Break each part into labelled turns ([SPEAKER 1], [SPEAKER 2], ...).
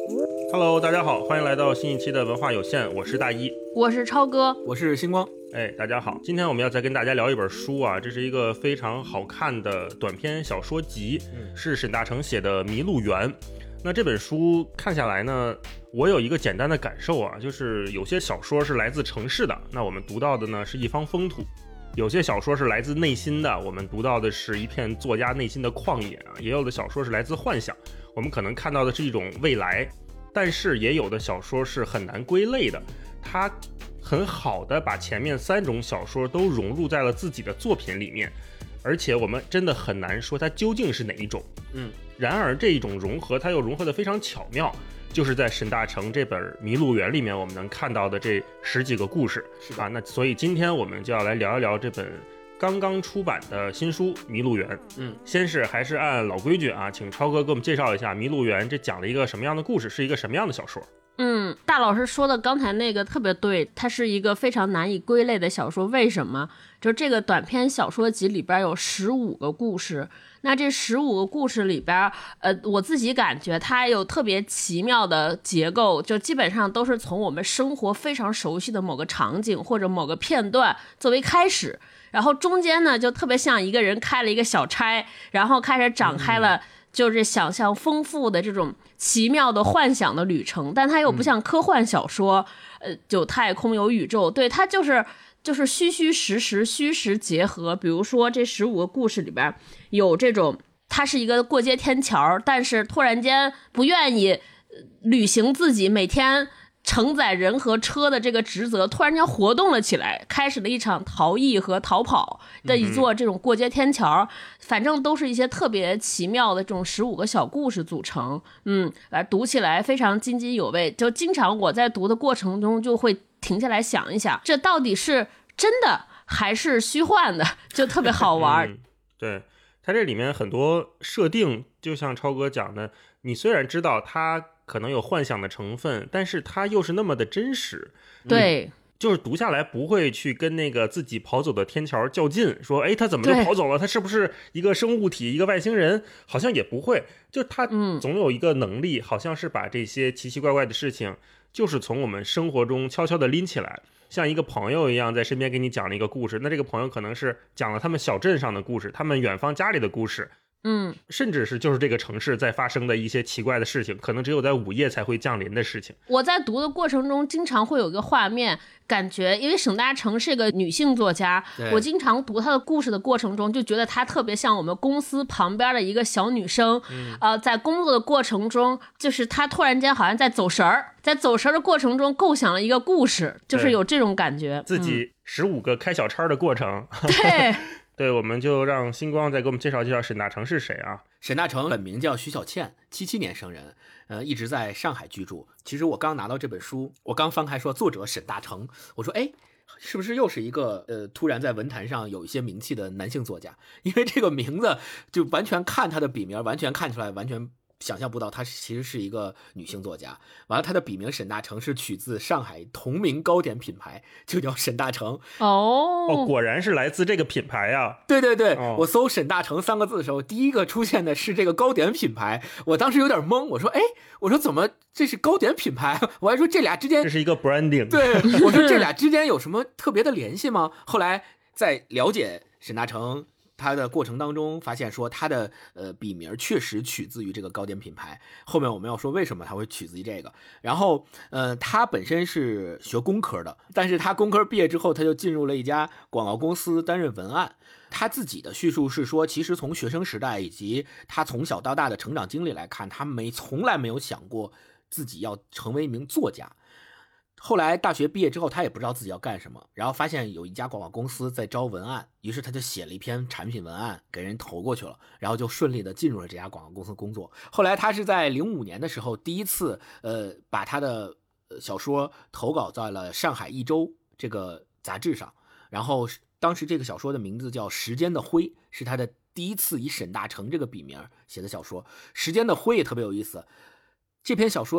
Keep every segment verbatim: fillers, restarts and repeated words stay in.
[SPEAKER 1] Hello， 大家好，欢迎来到新一期的文化有限，我是大一，
[SPEAKER 2] 我是超哥，
[SPEAKER 3] 我是星光。
[SPEAKER 1] 哎，大家好，今天我们要再跟大家聊一本书啊，这是一个非常好看的短篇小说集，是沈大成写的《麋鹿园》。那这本书看下来呢，我有一个简单的感受啊，就是有些小说是来自城市的，那我们读到的呢是一方风土；有些小说是来自内心的，我们读到的是一片作家内心的旷野啊；也有的小说是来自幻想，我们可能看到的是一种未来。但是也有的小说是很难归类的，它很好的把前面三种小说都融入在了自己的作品里面，而且我们真的很难说它究竟是哪一种。
[SPEAKER 3] 嗯，
[SPEAKER 1] 然而这一种融合它又融合得非常巧妙，就是在沈大成这本《麋鹿园》里面我们能看到的这十几个故事啊。那所以今天我们就要来聊一聊这本刚刚出版的新书《麋鹿园》。
[SPEAKER 3] 嗯，
[SPEAKER 1] 先是还是按老规矩啊，请超哥给我们介绍一下《麋鹿园》这讲了一个什么样的故事，是一个什么样的小说？
[SPEAKER 2] 嗯，大老师说的刚才那个特别对，它是一个非常难以归类的小说。为什么？就这个短篇小说集里边有十五个故事，那这十五个故事里边，呃，我自己感觉它有特别奇妙的结构，就基本上都是从我们生活非常熟悉的某个场景或者某个片段作为开始，然后中间呢就特别像一个人开了一个小差，然后开始展开了、嗯。就是想象丰富的这种奇妙的幻想的旅程，但它又不像科幻小说，呃，有太空有宇宙，对，它就是就是虚虚实实，虚实结合。比如说这十五个故事里边有这种，它是一个过街天桥，但是突然间不愿意履行自己每天承载人和车的这个职责，突然间活动了起来，开始了一场逃逸和逃跑的一座这种过街天桥、嗯、反正都是一些特别奇妙的这种十五个小故事组成。嗯，读起来非常津津有味，就经常我在读的过程中就会停下来想一想，这到底是真的还是虚幻的，就特别好玩、
[SPEAKER 1] 嗯、对，它这里面很多设定就像超哥讲的，你虽然知道它可能有幻想的成分，但是它又是那么的真实。
[SPEAKER 2] 对，
[SPEAKER 1] 就是读下来不会去跟那个自己跑走的天桥较劲，说哎，他怎么就跑走了？他是不是一个生物体，一个外星人？好像也不会，就他总有一个能力、嗯、好像是把这些奇奇怪怪的事情就是从我们生活中悄悄的拎起来，像一个朋友一样在身边给你讲了一个故事。那这个朋友可能是讲了他们小镇上的故事，他们远方家里的故事，
[SPEAKER 2] 嗯，
[SPEAKER 1] 甚至是就是这个城市在发生的一些奇怪的事情，可能只有在午夜才会降临的事情。
[SPEAKER 2] 我在读的过程中经常会有一个画面感觉，因为沈大成是个女性作家，我经常读她的故事的过程中就觉得她特别像我们公司旁边的一个小女生、嗯、呃，在工作的过程中就是她突然间好像在走神儿，在走神的过程中构想了一个故事，就是有这种感觉，
[SPEAKER 1] 自己十五个开小差的过程、
[SPEAKER 2] 嗯、对
[SPEAKER 1] 对，我们就让星光再给我们介绍介绍沈大成是谁啊？
[SPEAKER 3] 沈大成本名叫徐小倩，七七年生人，呃，一直在上海居住。其实我刚拿到这本书，我刚翻开说作者沈大成，我说哎，是不是又是一个呃突然在文坛上有一些名气的男性作家？因为这个名字就完全看他的笔名，完全看出来，完全想象不到他其实是一个女性作家。完了，他的笔名沈大成是取自上海同名糕点品牌，就叫沈大成。
[SPEAKER 2] 哦
[SPEAKER 1] 哦，果然是来自这个品牌啊！
[SPEAKER 3] 对对对、
[SPEAKER 1] 哦，
[SPEAKER 3] 我搜沈大成三个字的时候，第一个出现的是这个糕点品牌，我当时有点懵，我说哎，我说怎么这是糕点品牌？我还说这俩之间
[SPEAKER 1] 这是一个 branding。
[SPEAKER 3] 对，我说这俩之间有什么特别的联系吗？后来在了解沈大成他的过程当中发现说他的呃笔名确实取自于这个糕点品牌，后面我们要说为什么他会取自于这个。然后呃他本身是学工科的，但是他工科毕业之后他就进入了一家广告公司担任文案。他自己的叙述是说，其实从学生时代以及他从小到大的成长经历来看，他没从来没有想过自己要成为一名作家。后来大学毕业之后，他也不知道自己要干什么，然后发现有一家广告公司在招文案，于是他就写了一篇产品文案给人投过去了，然后就顺利的进入了这家广告公司工作。后来他是在零五年的时候第一次呃把他的小说投稿在了上海一周这个杂志上，然后当时这个小说的名字叫《时间的灰》，是他的第一次以沈大成这个笔名写的小说。《时间的灰》也特别有意思，这篇小说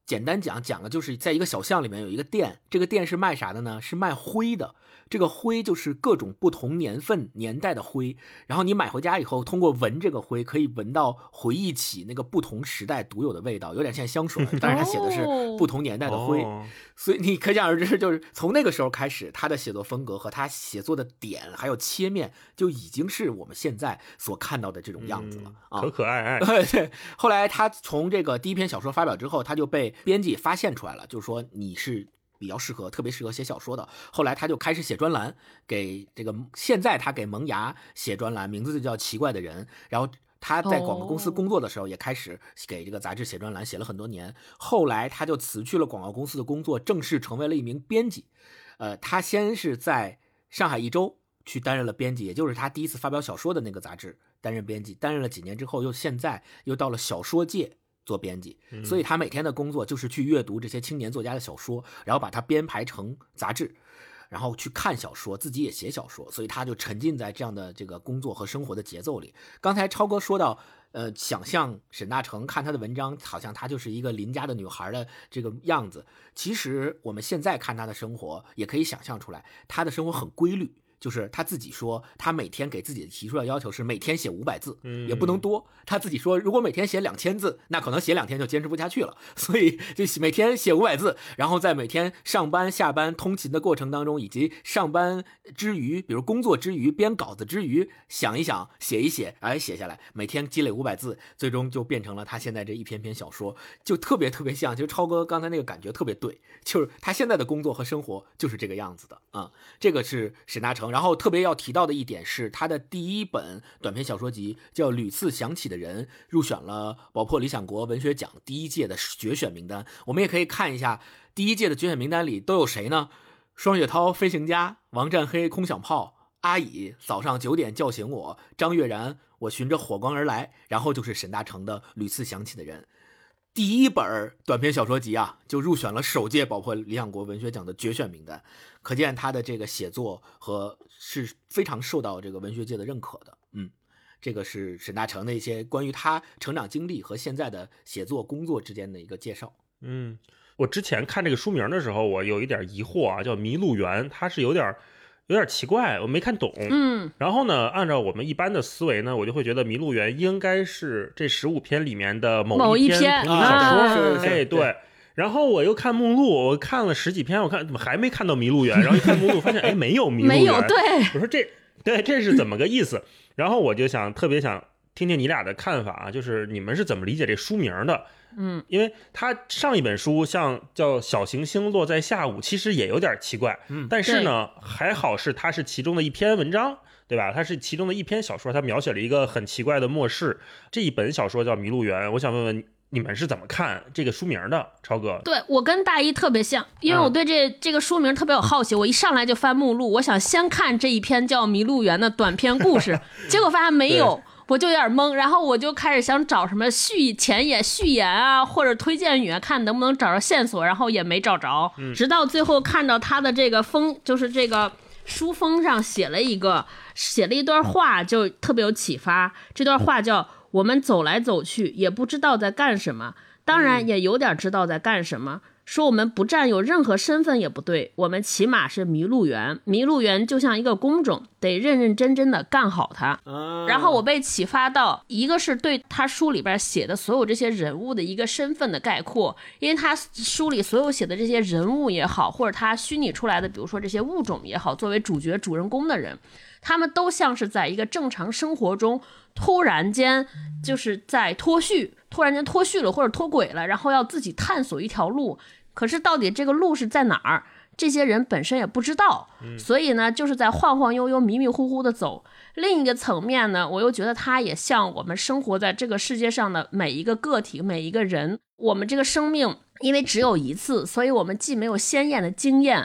[SPEAKER 3] 简单讲讲的就是在一个小巷里面有一个店，这个店是卖啥的呢？是卖灰的。这个灰就是各种不同年份年代的灰，然后你买回家以后，通过闻这个灰，可以闻到回忆起那个不同时代独有的味道，有点像香水，但是它写的是不同年代的灰，
[SPEAKER 1] 哦、
[SPEAKER 3] 所以你可想而知，就是从那个时候开始，他的写作风格和他写作的点还有切面，就已经是我们现在所看到的这种样子了、嗯、啊，
[SPEAKER 1] 可可爱爱。
[SPEAKER 3] 对，后来他从这个第一篇小说发表之后，他就被编辑发现出来了，就是说你是比较适合，特别适合写小说的。后来他就开始写专栏，给这个现在他给萌芽写专栏，名字就叫《奇怪的人》。然后他在广告公司工作的时候，也开始给这个杂志写专栏，写了很多年。后来他就辞去了广告公司的工作，正式成为了一名编辑。呃，他先是在上海一周去担任了编辑，也就是他第一次发表小说的那个杂志担任编辑，担任了几年之后，又现在又到了小说界做编辑，所以他每天的工作就是去阅读这些青年作家的小说，然后把它编排成杂志，然后去看小说，自己也写小说，所以他就沉浸在这样的这个工作和生活的节奏里。刚才超哥说到呃，想象沈大成看他的文章好像他就是一个邻家的女孩的这个样子，其实我们现在看他的生活也可以想象出来，他的生活很规律，就是他自己说他每天给自己提出的要求是每天写五百字，也不能多。他自己说如果每天写两千字，那可能写两天就坚持不下去了，所以就每天写五百字，然后在每天上班下班通勤的过程当中，以及上班之余，比如工作之余编稿子之余，想一想写一写，哎，写下来，每天积累五百字，最终就变成了他现在这一篇篇小说，就特别特别像，其实超哥刚才那个感觉特别对，就是他现在的工作和生活就是这个样子的啊、嗯。这个是沈大成。然后特别要提到的一点是，他的第一本短篇小说集叫《屡次想起的人》，入选了宝珀理想国文学奖第一届的决选名单。我们也可以看一下第一届的决选名单里都有谁呢？双雪涛飞行家、王占黑空想炮、阿乙早上九点叫醒我、张悦然我循着火光而来，然后就是沈大成的《屡次想起的人》。第一本短篇小说集啊，就入选了首届宝珀理想国文学奖的决选名单，可见他的这个写作和是非常受到这个文学界的认可的。嗯，这个是沈大成的一些关于他成长经历和现在的写作工作之间的一个介绍。
[SPEAKER 1] 嗯，我之前看这个书名的时候，我有一点疑惑啊，叫《迷路园》，它是有点有点奇怪，我没看懂。
[SPEAKER 2] 嗯，
[SPEAKER 1] 然后呢，按照我们一般的思维呢，我就会觉得《迷路园》应该是这十五篇里面的某
[SPEAKER 2] 一
[SPEAKER 1] 篇
[SPEAKER 2] 同
[SPEAKER 1] 名小说。
[SPEAKER 3] 啊、是是是
[SPEAKER 1] 哎，对。然后我又看目录，我看了十几篇，我看怎么还没看到《迷路园》，然后一看目录，发现哎没有《迷路园》，
[SPEAKER 2] 没有。对，
[SPEAKER 1] 我说这对这是怎么个意思？然后我就想特别想听听你俩的看法啊，就是你们是怎么理解这书名的？
[SPEAKER 2] 嗯，
[SPEAKER 1] 因为他上一本书像叫《小行星落在下午》，其实也有点奇怪，
[SPEAKER 3] 嗯，
[SPEAKER 1] 但是呢，还好是它是其中的一篇文章，对吧？它是其中的一篇小说，它描写了一个很奇怪的末世。这一本小说叫《迷路园》，我想问问你们是怎么看这个书名的？超哥，
[SPEAKER 2] 对，我跟大一特别像，因为我对这、嗯、这个书名特别有好奇，我一上来就翻目录，我想先看这一篇叫《迷路园》的短篇故事，结果发现没有。我就有点懵，然后我就开始想找什么序前言、序言啊，或者推荐语，看能不能找着线索，然后也没找着。嗯、直到最后看到他的这个封，就是这个书封上写了一个，写了一段话，就特别有启发。这段话叫“我们走来走去，也不知道在干什么，当然也有点知道在干什么。”说我们不占有任何身份也不对，我们起码是迷路园，迷路园就像一个工种，得认认真真的干好它。
[SPEAKER 3] 嗯、
[SPEAKER 2] 然后我被启发到，一个是对他书里边写的所有这些人物的一个身份的概括，因为他书里所有写的这些人物也好，或者他虚拟出来的，比如说这些物种也好，作为主角主人公的人，他们都像是在一个正常生活中突然间就是在脱序，突然间脱序了或者脱轨了，然后要自己探索一条路。可是到底这个路是在哪儿，这些人本身也不知道，所以呢就是在晃晃悠悠迷迷糊糊的走。另一个层面呢，我又觉得它也像我们生活在这个世界上的每一个个体，每一个人，我们这个生命因为只有一次，所以我们既没有鲜艳的经验，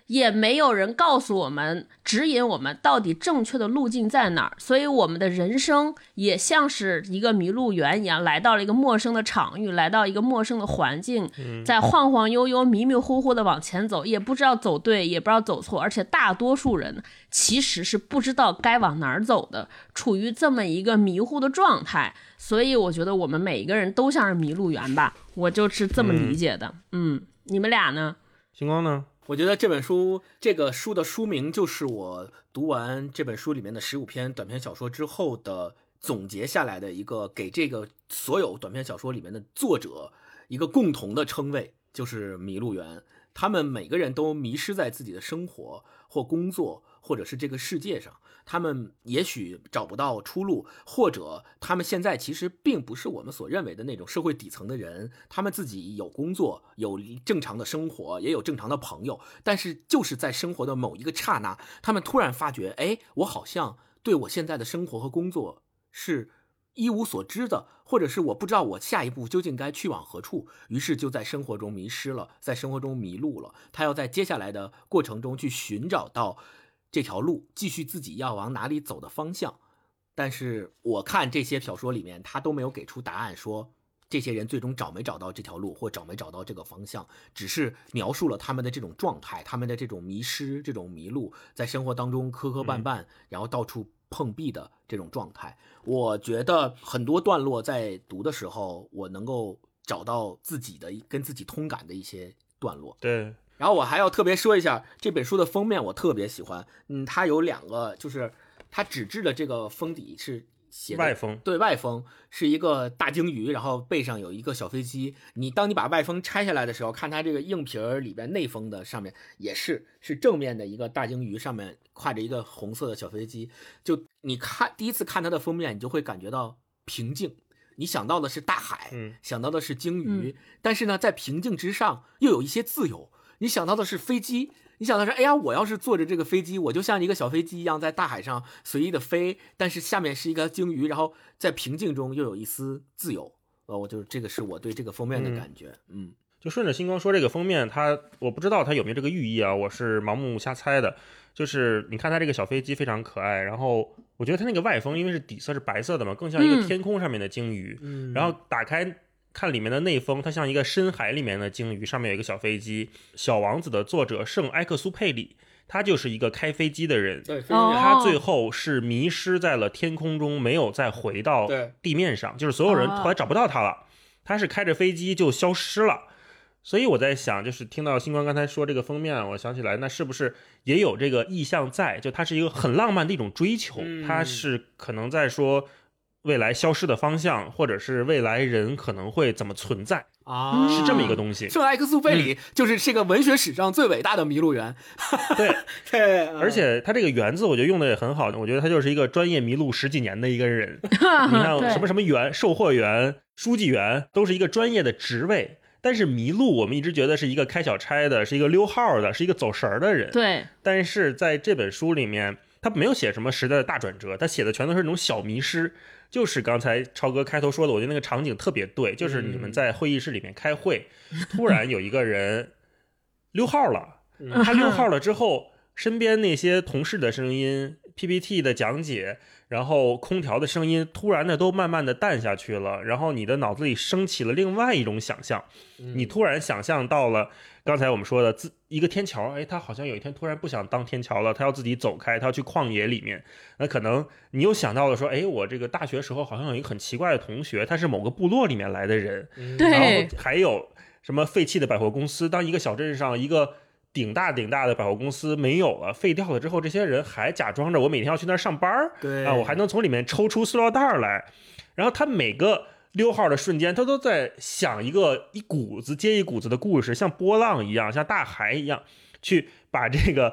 [SPEAKER 2] 也没有人告诉我们指引我们到底正确的路径在哪儿，所以我们的人生也像是一个迷路园一样，来到了一个陌生的场域，来到一个陌生的环境，在晃晃悠悠迷迷糊糊的往前走，也不知道走对也不知道走错，而且大多数人其实是不知道该往哪儿走的，处于这么一个迷糊的状态。所以我觉得我们每一个人都像是迷路园吧，我就是这么理解的。嗯, 嗯你们俩呢？
[SPEAKER 1] 星光呢？
[SPEAKER 3] 我觉得这本书，这个书的书名就是我读完这本书里面的十五篇短篇小说之后的总结下来的一个，给这个所有短篇小说里面的作者一个共同的称谓，就是迷路园。他们每个人都迷失在自己的生活或工作或者是这个世界上，他们也许找不到出路，或者他们现在其实并不是我们所认为的那种社会底层的人，他们自己有工作，有正常的生活，也有正常的朋友，但是就是在生活的某一个刹那，他们突然发觉，哎，我好像对我现在的生活和工作是一无所知的，或者是我不知道我下一步究竟该去往何处，于是就在生活中迷失了，在生活中迷路了。他要在接下来的过程中去寻找到这条路，继续自己要往哪里走的方向。但是我看这些小说里面，他都没有给出答案，说这些人最终找没找到这条路，或找没找到这个方向，只是描述了他们的这种状态，他们的这种迷失，这种迷路，在生活当中磕磕绊绊，然后到处碰壁的这种状态。我觉得很多段落在读的时候，我能够找到自己的跟自己通感的一些段落。
[SPEAKER 1] 对，
[SPEAKER 3] 然后我还要特别说一下这本书的封面，我特别喜欢。嗯，它有两个，就是它纸质的这个封底是写的
[SPEAKER 1] 外封，
[SPEAKER 3] 对，外封是一个大鲸鱼，然后背上有一个小飞机。你当你把外封拆下来的时候，看它这个硬皮儿里边内封的上面也是是正面的一个大鲸鱼，上面挎着一个红色的小飞机。就你看第一次看它的封面，你就会感觉到平静。你想到的是大海，
[SPEAKER 1] 嗯、
[SPEAKER 3] 想到的是鲸鱼、
[SPEAKER 2] 嗯，
[SPEAKER 3] 但是呢，在平静之上又有一些自由。你想到的是飞机，你想到是，哎呀，我要是坐着这个飞机，我就像一个小飞机一样在大海上随意的飞，但是下面是一个鲸鱼，然后在平静中又有一丝自由。呃，我就这个是我对这个封面的感觉，嗯。
[SPEAKER 1] 嗯就顺着星光说这个封面，它我不知道它有没有这个寓意啊，我是盲目瞎猜的。就是你看它这个小飞机非常可爱，然后我觉得它那个外封因为是底色是白色的嘛，更像一个天空上面的鲸鱼、嗯、然后打开看里面的内封，它像一个深海里面的鲸鱼，上面有一个小飞机。小王子的作者圣埃克苏佩里，他就是一个开飞机的人，
[SPEAKER 3] 对，
[SPEAKER 1] 他最后是迷失在了天空中，没有再回到地面上，就是所有人后来找不到他了，他是开着飞机就消失了。所以我在想，就是听到星光刚才说这个封面，我想起来，那是不是也有这个意象在？就它是一个很浪漫的一种追求，它是可能在说未来消失的方向，或者是未来人可能会怎么存在
[SPEAKER 3] 啊，
[SPEAKER 1] 是这么一个东西。
[SPEAKER 3] 圣埃克苏贝里、嗯、就是这个文学史上最伟大的迷路园。
[SPEAKER 1] 对
[SPEAKER 3] 对，
[SPEAKER 1] 而且他这个园字我觉得用的也很好，我觉得他就是一个专业迷路十几年的一个人。你看什么什么园、售货员、书记员，都是一个专业的职位。但是迷路我们一直觉得是一个开小差的，是一个溜号的，是一个走神的人。
[SPEAKER 2] 对，
[SPEAKER 1] 但是在这本书里面他没有写什么时代的大转折，他写的全都是那种小迷失。就是刚才超哥开头说的，我觉得那个场景特别对，就是你们在会议室里面开会、嗯、突然有一个人溜号了、嗯、他溜号了之后身边那些同事的声音 P P T 的讲解，然后空调的声音突然的都慢慢的淡下去了，然后你的脑子里升起了另外一种想象、嗯、你突然想象到了刚才我们说的自一个天桥，哎，他好像有一天突然不想当天桥了，他要自己走开，他要去旷野里面。那可能你又想到了说，哎，我这个大学时候好像有一个很奇怪的同学，他是某个部落里面来的人、
[SPEAKER 2] 嗯、对，
[SPEAKER 1] 然后还有什么废弃的百货公司，当一个小镇上一个顶大顶大的百货公司没有了，废掉了之后，这些人还假装着我每天要去那儿上班，
[SPEAKER 3] 对
[SPEAKER 1] 啊，我还能从里面抽出塑料袋来。然后他每个溜号的瞬间，他都在想一个一股子接一股子的故事，像波浪一样，像大海一样，去把这个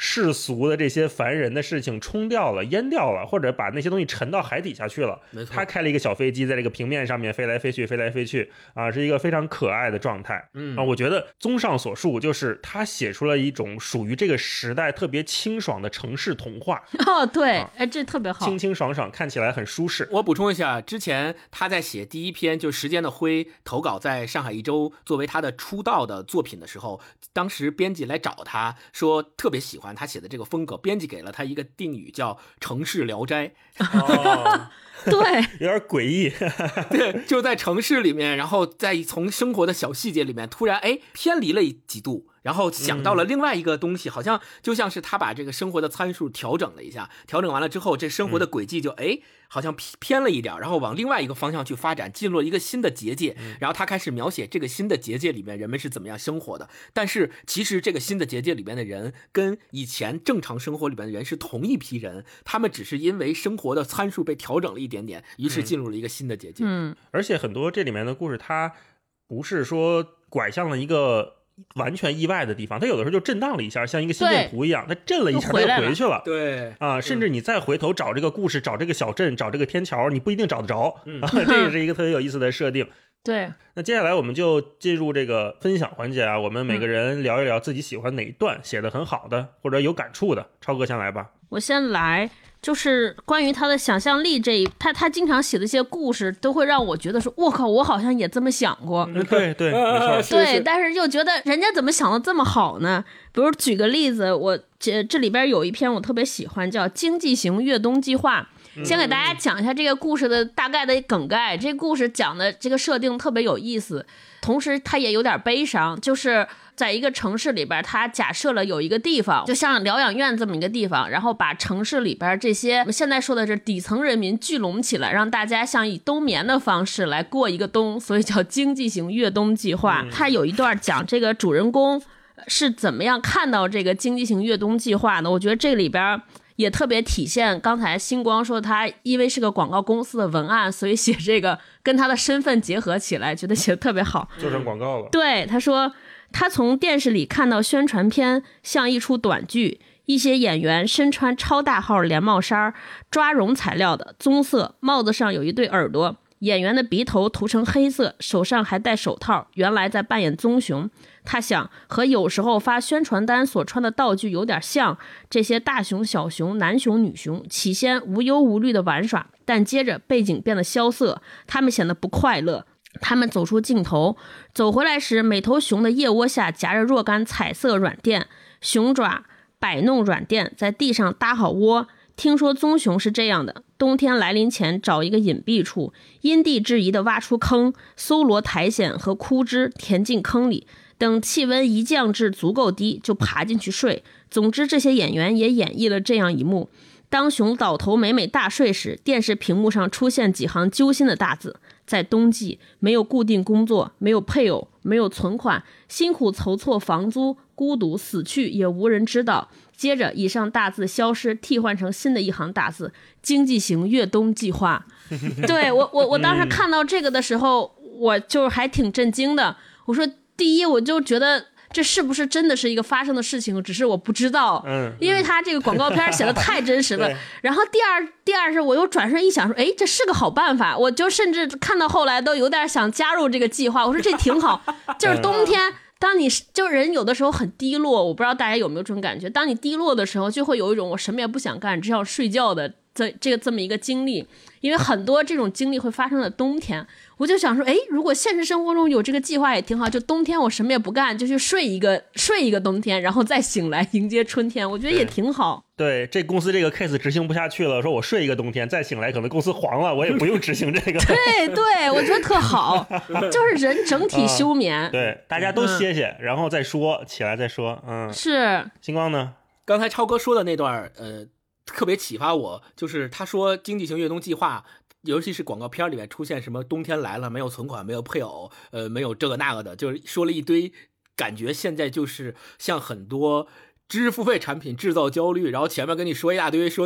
[SPEAKER 1] 世俗的这些凡人的事情冲掉了、淹掉了，或者把那些东西沉到海底下去了。
[SPEAKER 3] 没错，
[SPEAKER 1] 他开了一个小飞机，在这个平面上面飞来飞去、飞来飞去啊，是一个非常可爱的状态。
[SPEAKER 3] 嗯
[SPEAKER 1] 啊，我觉得综上所述，就是他写出了一种属于这个时代特别清爽的城市童话。
[SPEAKER 2] 哦，对，
[SPEAKER 1] 啊、
[SPEAKER 2] 哎，这特别好，
[SPEAKER 1] 清清爽爽，看起来很舒适。
[SPEAKER 3] 我补充一下，之前他在写第一篇就《时间的灰》投稿在上海一周作为他的出道的作品的时候，当时编辑来找他说特别喜欢他写的这个风格，编辑给了他一个定语叫城市聊斋。
[SPEAKER 1] 哦
[SPEAKER 2] 对，
[SPEAKER 1] 有点诡异。
[SPEAKER 3] 对，就在城市里面，然后再从生活的小细节里面突然哎偏离了几度，然后想到了另外一个东西、嗯、好像就像是他把这个生活的参数调整了一下，调整完了之后这生活的轨迹就、嗯、哎好像偏了一点，然后往另外一个方向去发展，进入了一个新的结界、嗯、然后他开始描写这个新的结界里面人们是怎么样生活的，但是其实这个新的结界里面的人跟以前正常生活里面的人是同一批人，他们只是因为生活的参数被调整了一点点，于是进入了一个新的结界。
[SPEAKER 2] 嗯，
[SPEAKER 1] 而且很多这里面的故事它不是说拐向了一个完全意外的地方，它有的时候就震荡了一下，像一个心电图一样，它震了一下它就回去了。
[SPEAKER 3] 对
[SPEAKER 1] 啊，甚至你再回头找这个故事、找这个小镇、找这个天桥，你不一定找得着。嗯，啊、这也是一个特别有意思的设定。
[SPEAKER 2] 对，
[SPEAKER 1] 那接下来我们就进入这个分享环节啊，我们每个人聊一聊自己喜欢哪一段写得很好的或者有感触的。超哥先来吧。
[SPEAKER 2] 我先来，就是关于他的想象力这一，他他经常写的一些故事都会让我觉得说，我靠，我好像也这么想过。
[SPEAKER 1] 嗯、对对，没错。
[SPEAKER 2] 对，但是又觉得人家怎么想的这么好呢？比如举个例子，我这这里边有一篇我特别喜欢，叫《经济型越冬计划》。先给大家讲一下这个故事的大概的梗概。这故事讲的这个设定特别有意思，同时它也有点悲伤。就是在一个城市里边，它假设了有一个地方，就像疗养院这么一个地方，然后把城市里边这些现在说的是底层人民聚拢起来，让大家像以冬眠的方式来过一个冬，所以叫经济型越冬计划。它有一段讲这个主人公是怎么样看到这个经济型越冬计划的。我觉得这里边也特别体现刚才星光说他因为是个广告公司的文案，所以写这个跟他的身份结合起来，觉得写得特别好，
[SPEAKER 1] 就成广告了。
[SPEAKER 2] 对，他说他从电视里看到宣传片像一出短剧，一些演员身穿超大号连帽衫，抓绒材料的棕色，帽子上有一对耳朵，演员的鼻头涂成黑色，手上还戴手套，原来在扮演棕熊。他想和有时候发宣传单所穿的道具有点像，这些大熊小熊男熊女熊起先无忧无虑的玩耍，但接着背景变得萧瑟，他们显得不快乐。他们走出镜头，走回来时，每头熊的腋窝下夹着若干彩色软垫，熊爪摆弄软垫，在地上搭好窝。听说棕熊是这样的，冬天来临前找一个隐蔽处，因地制宜地挖出坑，搜罗苔藓和枯枝填进坑里，等气温一降至足够低，就爬进去睡。总之，这些演员也演绎了这样一幕：当熊倒头美美大睡时，电视屏幕上出现几行揪心的大字：在冬季，没有固定工作，没有配偶，没有存款，辛苦筹措房租，孤独死去也无人知道。接着以上大字消失，替换成新的一行大字：经济型越冬计划。对，我我我当时看到这个的时候，我就还挺震惊的。我说第一，我就觉得这是不是真的是一个发生的事情，只是我不知道。嗯，因为他这个广告片写的太真实了。然后第二第二是我又转身一想说，哎，这是个好办法。我就甚至看到后来都有点想加入这个计划。我说这挺好，就是冬天当你就人有的时候很低落，我不知道大家有没有这种感觉，当你低落的时候就会有一种我什么也不想干只想睡觉的这这个这么一个经历。因为很多这种经历会发生在冬天，我就想说，哎，如果现实生活中有这个计划也挺好，就冬天我什么也不干，就去睡一个睡一个冬天，然后再醒来迎接春天，我觉得也挺好。
[SPEAKER 1] 对，这公司这个 case 执行不下去了，说我睡一个冬天再醒来，可能公司黄了，我也不用执行这个。
[SPEAKER 2] 对对，我觉得特好，就是人整体休眠。
[SPEAKER 1] 啊、对，大家都歇歇、嗯，然后再说，起来再说。嗯，
[SPEAKER 2] 是。
[SPEAKER 1] 星光呢？
[SPEAKER 3] 刚才超哥说的那段，呃。特别启发我，就是他说经济型越冬计划，尤其是广告片里面出现什么冬天来了没有存款没有配偶，呃没有这个那个的，就是说了一堆，感觉现在就是像很多知识付费产品制造焦虑，然后前面跟你说一大堆，说你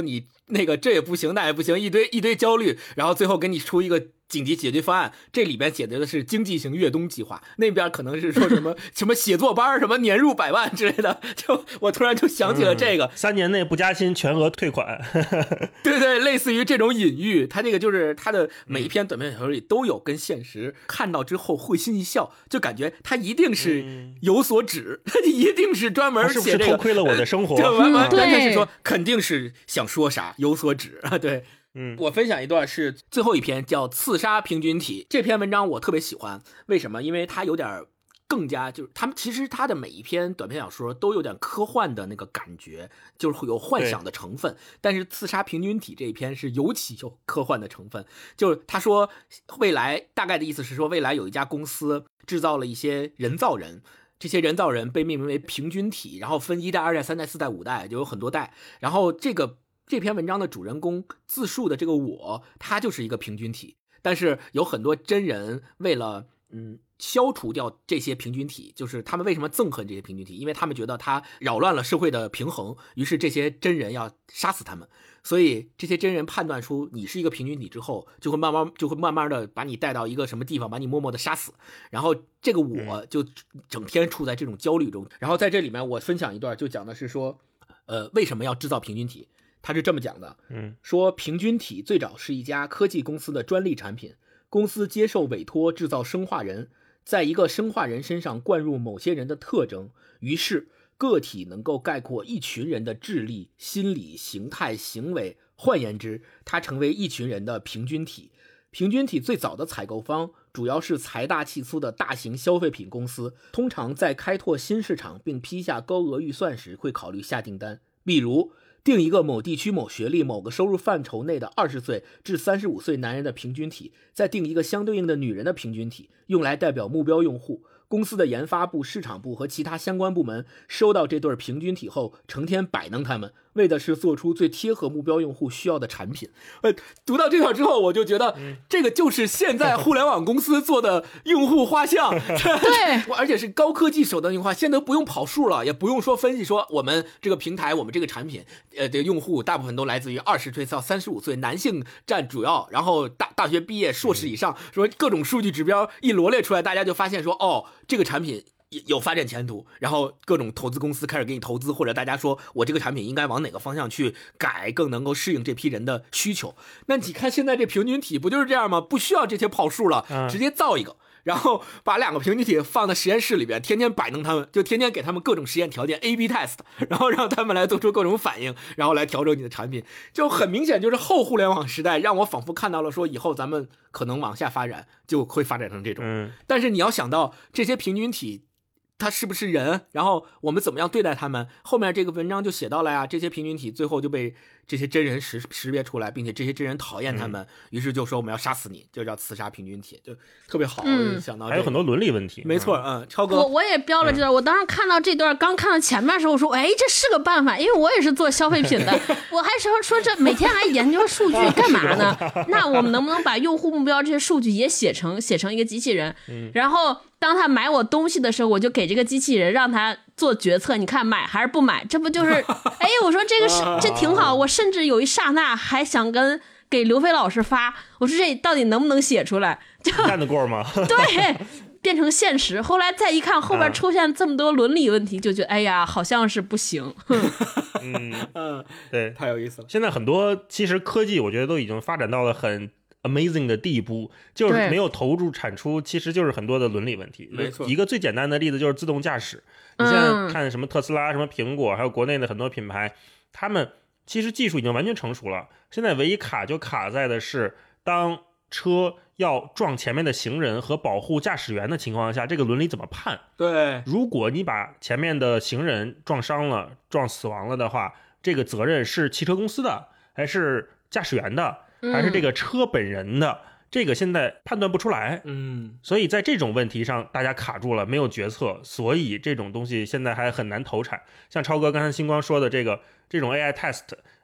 [SPEAKER 3] 那个这也不行那也不行，一堆一堆焦虑，然后最后给你出一个紧急解决方案。这里边解决的是经济型越冬计划，那边可能是说什么什么写作班什么年入百万之类的。就我突然就想起了这个、嗯、
[SPEAKER 1] 三年内不加薪全额退款。
[SPEAKER 3] 对对，类似于这种隐喻，他这个就是他的每一篇短篇小说里都有跟现实看到之后会心一笑，就感觉他一定是有所指，他、嗯、一定是专门写这个，
[SPEAKER 1] 是不是偷窥了我的生活？
[SPEAKER 3] 就完完完全是说肯定是想说啥有所指啊。对，
[SPEAKER 1] 嗯，
[SPEAKER 3] 我分享一段是最后一篇叫《刺杀平均体》，这篇文章我特别喜欢，为什么？因为它有点更加就是他们其实他的每一篇短篇小说都有点科幻的那个感觉，就是会有幻想的成分，但是刺杀平均体这一篇是尤其有科幻的成分。就是他说未来大概的意思是说，未来有一家公司制造了一些人造人，这些人造人被命名为平均体，然后分一代二代三代四代五代，就有很多代。然后这个这篇文章的主人公自述的这个我，他就是一个平均体，但是有很多真人为了嗯消除掉这些平均体，就是他们为什么憎恨这些平均体，因为他们觉得他扰乱了社会的平衡，于是这些真人要杀死他们。所以这些真人判断出你是一个平均体之后，就会慢慢就会慢慢的把你带到一个什么地方，把你默默的杀死。然后这个我就整天处在这种焦虑中。然后在这里面我分享一段，就讲的是说呃为什么要制造平均体。他是这么讲的，
[SPEAKER 1] 嗯，
[SPEAKER 3] 说平均体最早是一家科技公司的专利产品，公司接受委托制造生化人，在一个生化人身上灌入某些人的特征，于是个体能够概括一群人的智力、心理、形态、行为，换言之，它成为一群人的平均体。平均体最早的采购方主要是财大气粗的大型消费品公司，通常在开拓新市场并批下高额预算时会考虑下订单，比如定一个某地区某学历某个收入范畴内的二十岁至三十五岁男人的平均体，再定一个相对应的女人的平均体，用来代表目标用户。公司的研发部、市场部和其他相关部门收到这对平均体后，成天摆弄他们，为的是做出最贴合目标用户需要的产品。呃，读到这条之后，我就觉得、嗯、这个就是现在互联网公司做的用户画像，
[SPEAKER 2] 对，
[SPEAKER 3] 而且是高科技手段用户画，现在都不用跑数了，也不用说分析说我们这个平台、我们这个产品，呃，的用户大部分都来自于二十岁到三十五岁，男性占主要，然后大大学毕业、硕士以上，说各种数据指标一罗列出来，大家就发现说，哦，这个产品有发展前途，然后各种投资公司开始给你投资，或者大家说我这个产品应该往哪个方向去改，更能够适应这批人的需求。那你看现在这平均体不就是这样吗？不需要这些跑数了，直接造一个，然后把两个平均体放在实验室里边，天天摆弄他们，就天天给他们各种实验条件 A B test， 然后让他们来做出各种反应，然后来调整你的产品。就很明显就是后互联网时代，让我仿佛看到了说以后咱们可能往下发展就会发展成这种。
[SPEAKER 1] 嗯，
[SPEAKER 3] 但是你要想到这些平均体他是不是人，然后我们怎么样对待他们，后面这个文章就写到了呀，这些平均体最后就被这些真人识识别出来，并且这些真人讨厌他们、嗯、于是就说我们要杀死你，就叫刺杀平均体，就特别好、嗯、想到、这个、
[SPEAKER 1] 还有很多伦理问题。
[SPEAKER 3] 没错，嗯，超哥
[SPEAKER 2] 我我也标了这段、嗯、我当时看到这段刚看到前面的时候，我说哎，这是个办法，因为我也是做消费品的我还说说这每天还研究数据干嘛呢那我们能不能把用户目标这些数据也写成写成一个机器人、嗯、然后当他买我东西的时候，我就给这个机器人让他做决策，你看买还是不买，这不就是哎，我说这个是这挺好，我甚至有一刹那还想跟给刘飞老师发，我说这到底能不能写出来，就
[SPEAKER 1] 干得过吗
[SPEAKER 2] 对，变成现实。后来再一看后边出现这么多伦理问题，就觉得哎呀好像是不行
[SPEAKER 1] 嗯嗯，对，
[SPEAKER 3] 太有意思了。
[SPEAKER 1] 现在很多其实科技我觉得都已经发展到了很amazing 的地步，就是没有投入产出，其实就是很多的伦理问题。
[SPEAKER 3] 没错，
[SPEAKER 1] 一个最简单的例子就是自动驾驶。你现在看什么特斯拉、什么苹果，还有国内的很多品牌，他们其实技术已经完全成熟了。现在唯一卡就卡在的是，当车要撞前面的行人和保护驾驶员的情况下，这个伦理怎么判？
[SPEAKER 3] 对，
[SPEAKER 1] 如果你把前面的行人撞伤了、撞死亡了的话，这个责任是汽车公司的，还是驾驶员的？还是这个车本人的、嗯、这个现在判断不出来。
[SPEAKER 3] 嗯，
[SPEAKER 1] 所以在这种问题上大家卡住了，没有决策，所以这种东西现在还很难投产。像超哥刚才星光说的这个这种 A I test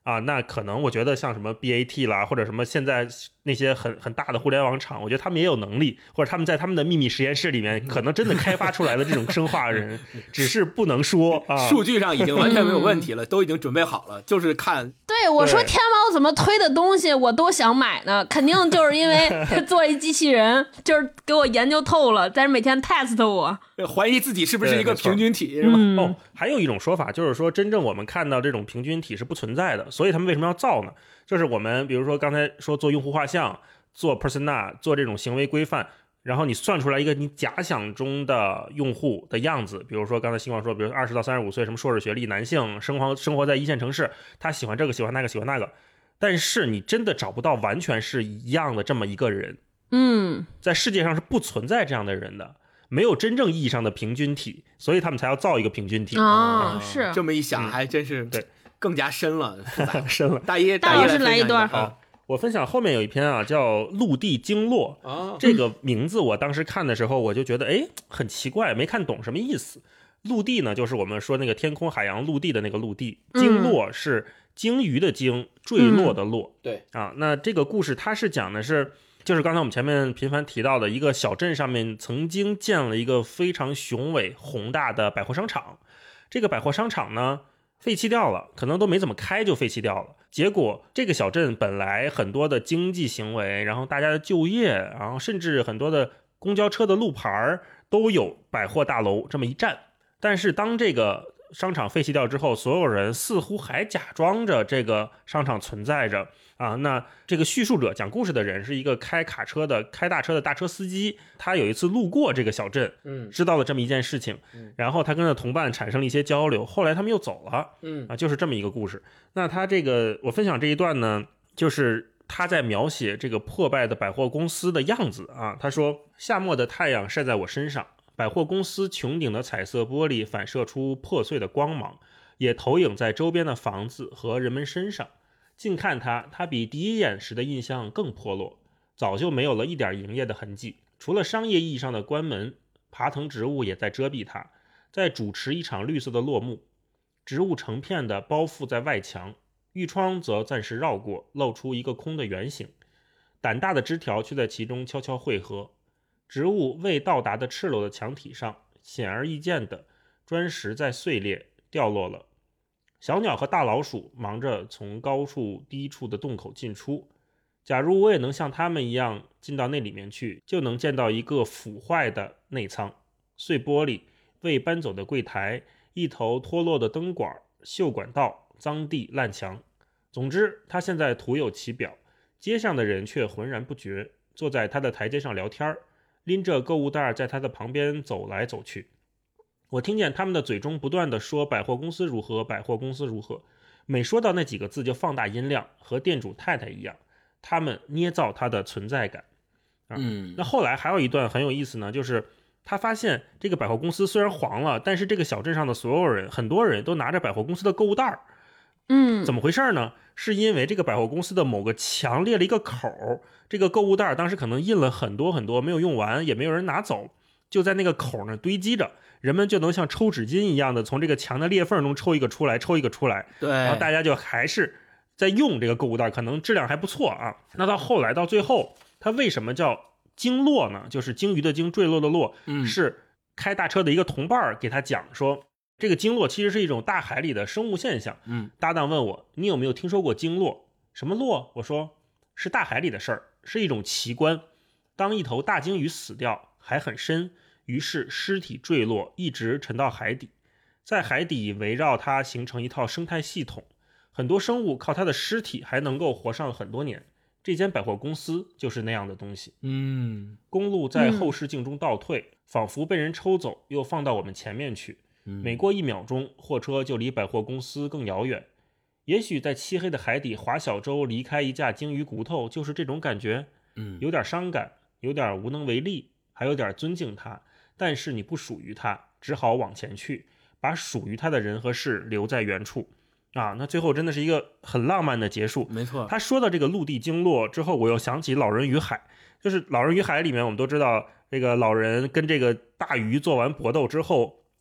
[SPEAKER 1] 啊，那可能我觉得像什么 B A T 啦，或者什么现在那些很很大的互联网厂，我觉得他们也有能力，或者他们在他们的秘密实验室里面，可能真的开发出来的这种生化人，只是不能说啊。
[SPEAKER 3] 数据上已经完全没有问题了，都已经准备好了，就是看。
[SPEAKER 2] 对，我说天猫怎么推的东西我都想买呢，肯定就是因为做一机器人，就是给我研究透了，在这每天 test 我，
[SPEAKER 3] 怀疑自己是不是一个平均体，是吧？
[SPEAKER 2] 嗯、
[SPEAKER 1] 哦，还有一种说法就是说，真正我们看到这种平均体是不存在的。所以他们为什么要造呢？就是我们比如说刚才说做用户画像，做 persona， 做这种行为规范，然后你算出来一个你假想中的用户的样子，比如说刚才星光说，比如二十到三十五岁，什么硕士学历，男性，生活生活在一线城市，他喜欢这个喜欢那个喜欢那个，但是你真的找不到完全是一样的这么一个人。
[SPEAKER 2] 嗯，
[SPEAKER 1] 在世界上是不存在这样的人的，没有真正意义上的平均体，所以他们才要造一个平均体。
[SPEAKER 2] 哦，是
[SPEAKER 3] 这么一想，还真是
[SPEAKER 1] 对。
[SPEAKER 3] 更加深了，
[SPEAKER 1] 深了。
[SPEAKER 3] 大一
[SPEAKER 2] 大老师来一段
[SPEAKER 1] 啊，我分享后面有一篇啊，叫《陆地经络》。
[SPEAKER 3] 哦，
[SPEAKER 1] 这个名字我当时看的时候，我就觉得哎很奇怪，没看懂什么意思。陆地呢，就是我们说那个天空、海洋、陆地的那个陆地。经络是鲸鱼的鲸，坠落的落。
[SPEAKER 3] 嗯、对
[SPEAKER 1] 啊，那这个故事它是讲的是，就是刚才我们前面频繁提到的一个小镇上面曾经建了一个非常雄伟宏大的百货商场。这个百货商场呢，废弃掉了，可能都没怎么开就废弃掉了。结果这个小镇本来很多的经济行为，然后大家的就业，然后甚至很多的公交车的路牌都有百货大楼这么一站。但是当这个商场废弃掉之后，所有人似乎还假装着这个商场存在着啊。那这个叙述者讲故事的人是一个开卡车的开大车的大车司机，他有一次路过这个小镇，
[SPEAKER 3] 嗯，
[SPEAKER 1] 知道了这么一件事情，
[SPEAKER 3] 嗯，
[SPEAKER 1] 然后他跟他同伴产生了一些交流，后来他们又走了，
[SPEAKER 3] 嗯
[SPEAKER 1] 啊，就是这么一个故事。那他这个我分享这一段呢，就是他在描写这个破败的百货公司的样子啊。他说，夏末的太阳晒在我身上，百货公司穹顶的彩色玻璃反射出破碎的光芒，也投影在周边的房子和人们身上。近看它，它比第一眼时的印象更破落，早就没有了一点营业的痕迹。除了商业意义上的关门，爬藤植物也在遮蔽它，在主持一场绿色的落幕。植物成片的包覆在外墙，玉窗则暂时绕过，露出一个空的圆形。胆大的枝条却在其中悄悄汇合。植物未到达的赤裸的墙体上，显而易见的砖石在碎裂掉落了。小鸟和大老鼠忙着从高处低处的洞口进出。假如我也能像他们一样进到那里面去，就能见到一个腐坏的内舱，碎玻璃，未搬走的柜台，一头脱落的灯管，锈管道，脏地烂墙。总之，他现在徒有其表，街上的人却浑然不觉，坐在他的台阶上聊天，拎着购物袋在他的旁边走来走去。我听见他们的嘴中不断地说百货公司如何，百货公司如何，每说到那几个字就放大音量，和店主太太一样，他们捏造他的存在感。啊、
[SPEAKER 3] 嗯，
[SPEAKER 1] 那后来还有一段很有意思呢，就是他发现这个百货公司虽然黄了，但是这个小镇上的所有人，很多人都拿着百货公司的购物袋。
[SPEAKER 2] 嗯，
[SPEAKER 1] 怎么回事呢？是因为这个百货公司的某个墙裂了一个口，这个购物袋当时可能印了很多很多，没有用完，也没有人拿走，就在那个口那堆积着，人们就能像抽纸巾一样的从这个墙的裂缝中抽一个出来，抽一个出来，
[SPEAKER 3] 对，
[SPEAKER 1] 然后大家就还是在用这个购物袋，可能质量还不错啊。那到后来到最后，它为什么叫经络呢？就是鲸鱼的鲸，坠落的落，
[SPEAKER 3] 嗯，
[SPEAKER 1] 是开大车的一个同伴给他讲说，这个经络其实是一种大海里的生物现象。
[SPEAKER 3] 嗯，
[SPEAKER 1] 搭档问我，你有没有听说过经络？什么络？我说是大海里的事儿，是一种奇观。当一头大鲸鱼死掉，海很深，于是尸体坠落，一直沉到海底，在海底围绕它形成一套生态系统，很多生物靠它的尸体还能够活上很多年。这间百货公司就是那样的东西。
[SPEAKER 3] 嗯，
[SPEAKER 1] 公路在后视镜中倒退，嗯、仿佛被人抽走，又放到我们前面去。每过一秒钟，货车就离百货公司更遥远。也许在漆黑的海底划小舟，离开一架鲸鱼骨头，就是这种感觉。
[SPEAKER 3] 嗯，
[SPEAKER 1] 有点伤感，有点无能为力，还有点尊敬他。但是你不属于他，只好往前去，把属于他的人和事留在原处。啊，那最后真的是一个很浪漫的结束。
[SPEAKER 3] 没错，
[SPEAKER 1] 他说到这个陆地经络之后，我又想起《老人与海》，就是《老人与海》里面我们都知道，这个老人跟这个大鱼做完搏斗之后，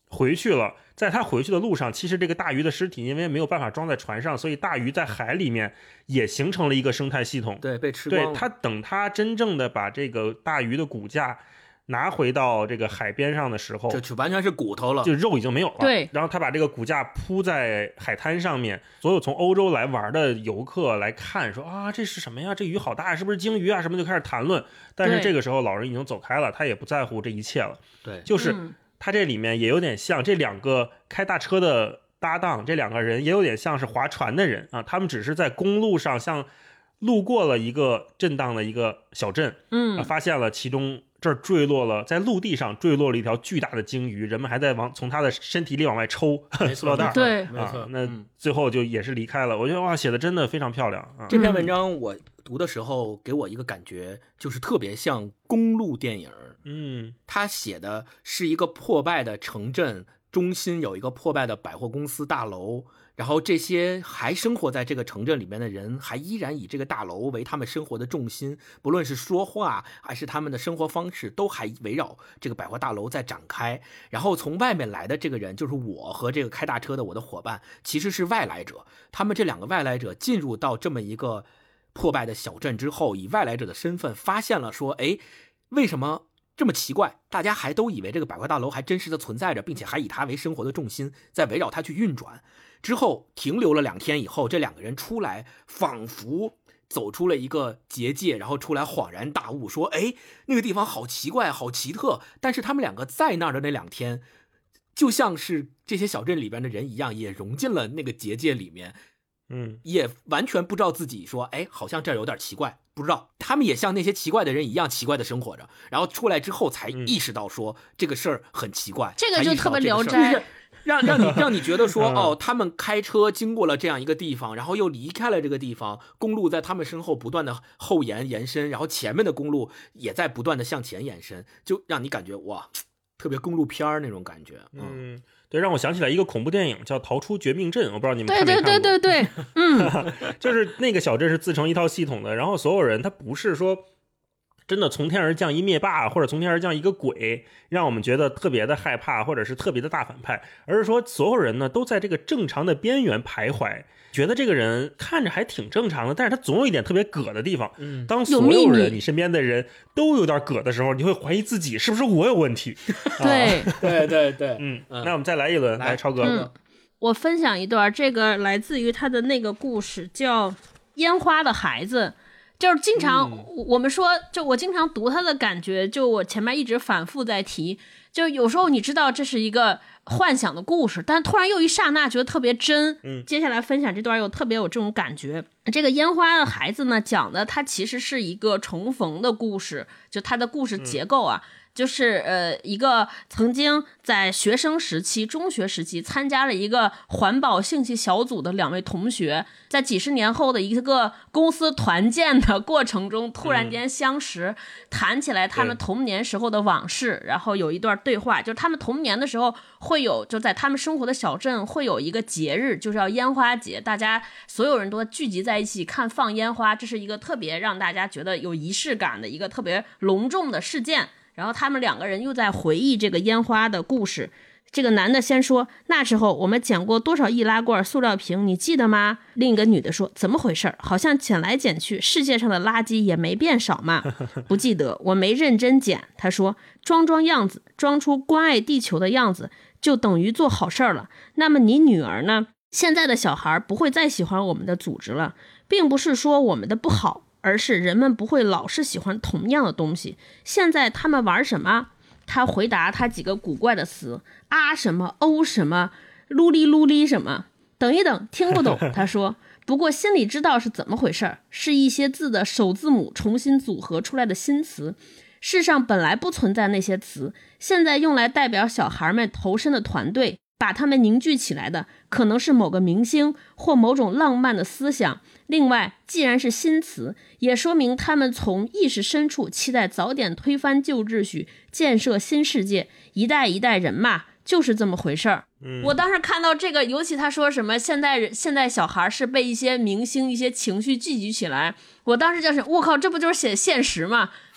[SPEAKER 1] 回去了，在他回去的路上，其实这个大鱼的尸体因为没有办法装在船上，所以大鱼在海里面也形成了一个生态系统。
[SPEAKER 3] 对，被吃光了。
[SPEAKER 1] 对，他等他真正的把这个大鱼的骨架拿回到这个海边上的时候，
[SPEAKER 3] 就完全是骨头了，
[SPEAKER 1] 就肉已经没有了。
[SPEAKER 2] 对，
[SPEAKER 1] 然后他把这个骨架铺在海滩上面，所有从欧洲来玩的游客来看，说啊，这是什么呀？这鱼好大，是不是鲸鱼啊？什么就开始谈论。但是这个时候老人已经走开了，他也不在乎这一切了。
[SPEAKER 3] 对，
[SPEAKER 1] 就是他这里面也有点像这两个开大车的搭档，这两个人也有点像是划船的人啊，他们只是在公路上像路过了一个震荡的一个小镇，
[SPEAKER 2] 嗯、
[SPEAKER 1] 啊，发现了其中这儿坠落了，在陆地上坠落了一条巨大的鲸鱼，人们还在往从他的身体里往外抽塑料袋，
[SPEAKER 2] 对，
[SPEAKER 3] 没错、
[SPEAKER 1] 啊。那最后就也是离开了。我觉得哇，写的真的非常漂亮啊！
[SPEAKER 3] 这篇文章我读的时候，给我一个感觉，就是特别像公路电影。
[SPEAKER 1] 嗯，
[SPEAKER 3] 他写的是一个破败的城镇，中心有一个破败的百货公司大楼。然后这些还生活在这个城镇里面的人，还依然以这个大楼为他们生活的重心，不论是说话还是他们的生活方式，都还围绕这个百货大楼在展开。然后从外面来的这个人，就是我和这个开大车的我的伙伴，其实是外来者。他们这两个外来者进入到这么一个破败的小镇之后，以外来者的身份发现了说，哎，为什么这么奇怪？大家还都以为这个百货大楼还真实的存在着，并且还以它为生活的重心，在围绕它去运转。之后停留了两天以后，这两个人出来，仿佛走出了一个结界，然后出来恍然大悟，说：“哎，那个地方好奇怪，好奇特。”但是他们两个在那儿的那两天，就像是这些小镇里边的人一样，也融进了那个结界里面，
[SPEAKER 1] 嗯，
[SPEAKER 3] 也完全不知道自己说：“哎，好像这儿有点奇怪。”不知道，他们也像那些奇怪的人一样奇怪的生活着，然后出来之后才意识到说、嗯、这个事儿很奇怪。
[SPEAKER 2] 这个就特别聊斋。
[SPEAKER 3] 让让你让你觉得说哦，他们开车经过了这样一个地方，然后又离开了这个地方，公路在他们身后不断的后延延伸，然后前面的公路也在不断的向前延伸，就让你感觉哇，特别公路片那种感觉。
[SPEAKER 1] 嗯，嗯对，让我想起来一个恐怖电影叫《逃出绝命镇》，我不知道你们看没看过。
[SPEAKER 2] 对对对对对，嗯，
[SPEAKER 1] 就是那个小镇是自成一套系统的，然后所有人他不是说真的从天而降一灭霸，或者从天而降一个鬼，让我们觉得特别的害怕，或者是特别的大反派，而是说所有人呢都在这个正常的边缘徘徊，觉得这个人看着还挺正常的，但是他总有一点特别葛的地方。嗯，当所有人你身边的人都有点葛的时候，你会怀疑自己是不是我有问题。
[SPEAKER 2] 对、
[SPEAKER 3] 啊、对对对，
[SPEAKER 1] 嗯，那我们再来一轮，来超哥、
[SPEAKER 2] 嗯。我分享一段，这个来自于他的那个故事，叫《烟花的孩子》。就是经常、嗯、我们说，就我经常读他的感觉，就我前面一直反复在提，就有时候你知道这是一个幻想的故事，但突然又一刹那觉得特别真。
[SPEAKER 1] 嗯，
[SPEAKER 2] 接下来分享这段又特别有这种感觉。这个烟花的孩子呢，讲的它其实是一个重逢的故事，就它的故事结构啊。嗯，就是呃，一个曾经在学生时期、中学时期参加了一个环保兴趣小组的两位同学，在几十年后的一个公司团建的过程中，突然间相识，嗯、谈起来他们童年时候的往事，然后有一段对话，就是他们童年的时候会有，就在他们生活的小镇会有一个节日，就是叫烟花节，大家所有人都聚集在一起看放烟花，这是一个特别让大家觉得有仪式感的一个特别隆重的事件。然后他们两个人又在回忆这个烟花的故事。这个男的先说，那时候我们捡过多少易拉罐、塑料瓶，你记得吗？另一个女的说，怎么回事？好像捡来捡去，世界上的垃圾也没变少嘛。不记得，我没认真捡。他说，装装样子，装出关爱地球的样子，就等于做好事了。那么你女儿呢？现在的小孩不会再喜欢我们的组织了，并不是说我们的不好，而是人们不会老是喜欢同样的东西。现在他们玩什么？他回答他几个古怪的词，啊什么，哦什么，噜哩噜哩什么。等一等，听不懂。他说，不过心里知道是怎么回事，是一些字的首字母重新组合出来的新词。世上本来不存在那些词，现在用来代表小孩们投身的团队，把他们凝聚起来的可能是某个明星或某种浪漫的思想。另外，既然是新词，也说明他们从意识深处期待早点推翻旧秩序，建设新世界。一代一代人嘛，就是这么回事儿。嗯，我当时看到这个，尤其他说什么现在人现在小孩是被一些明星一些情绪聚集起来，我当时就是我靠，这不就是写现实吗？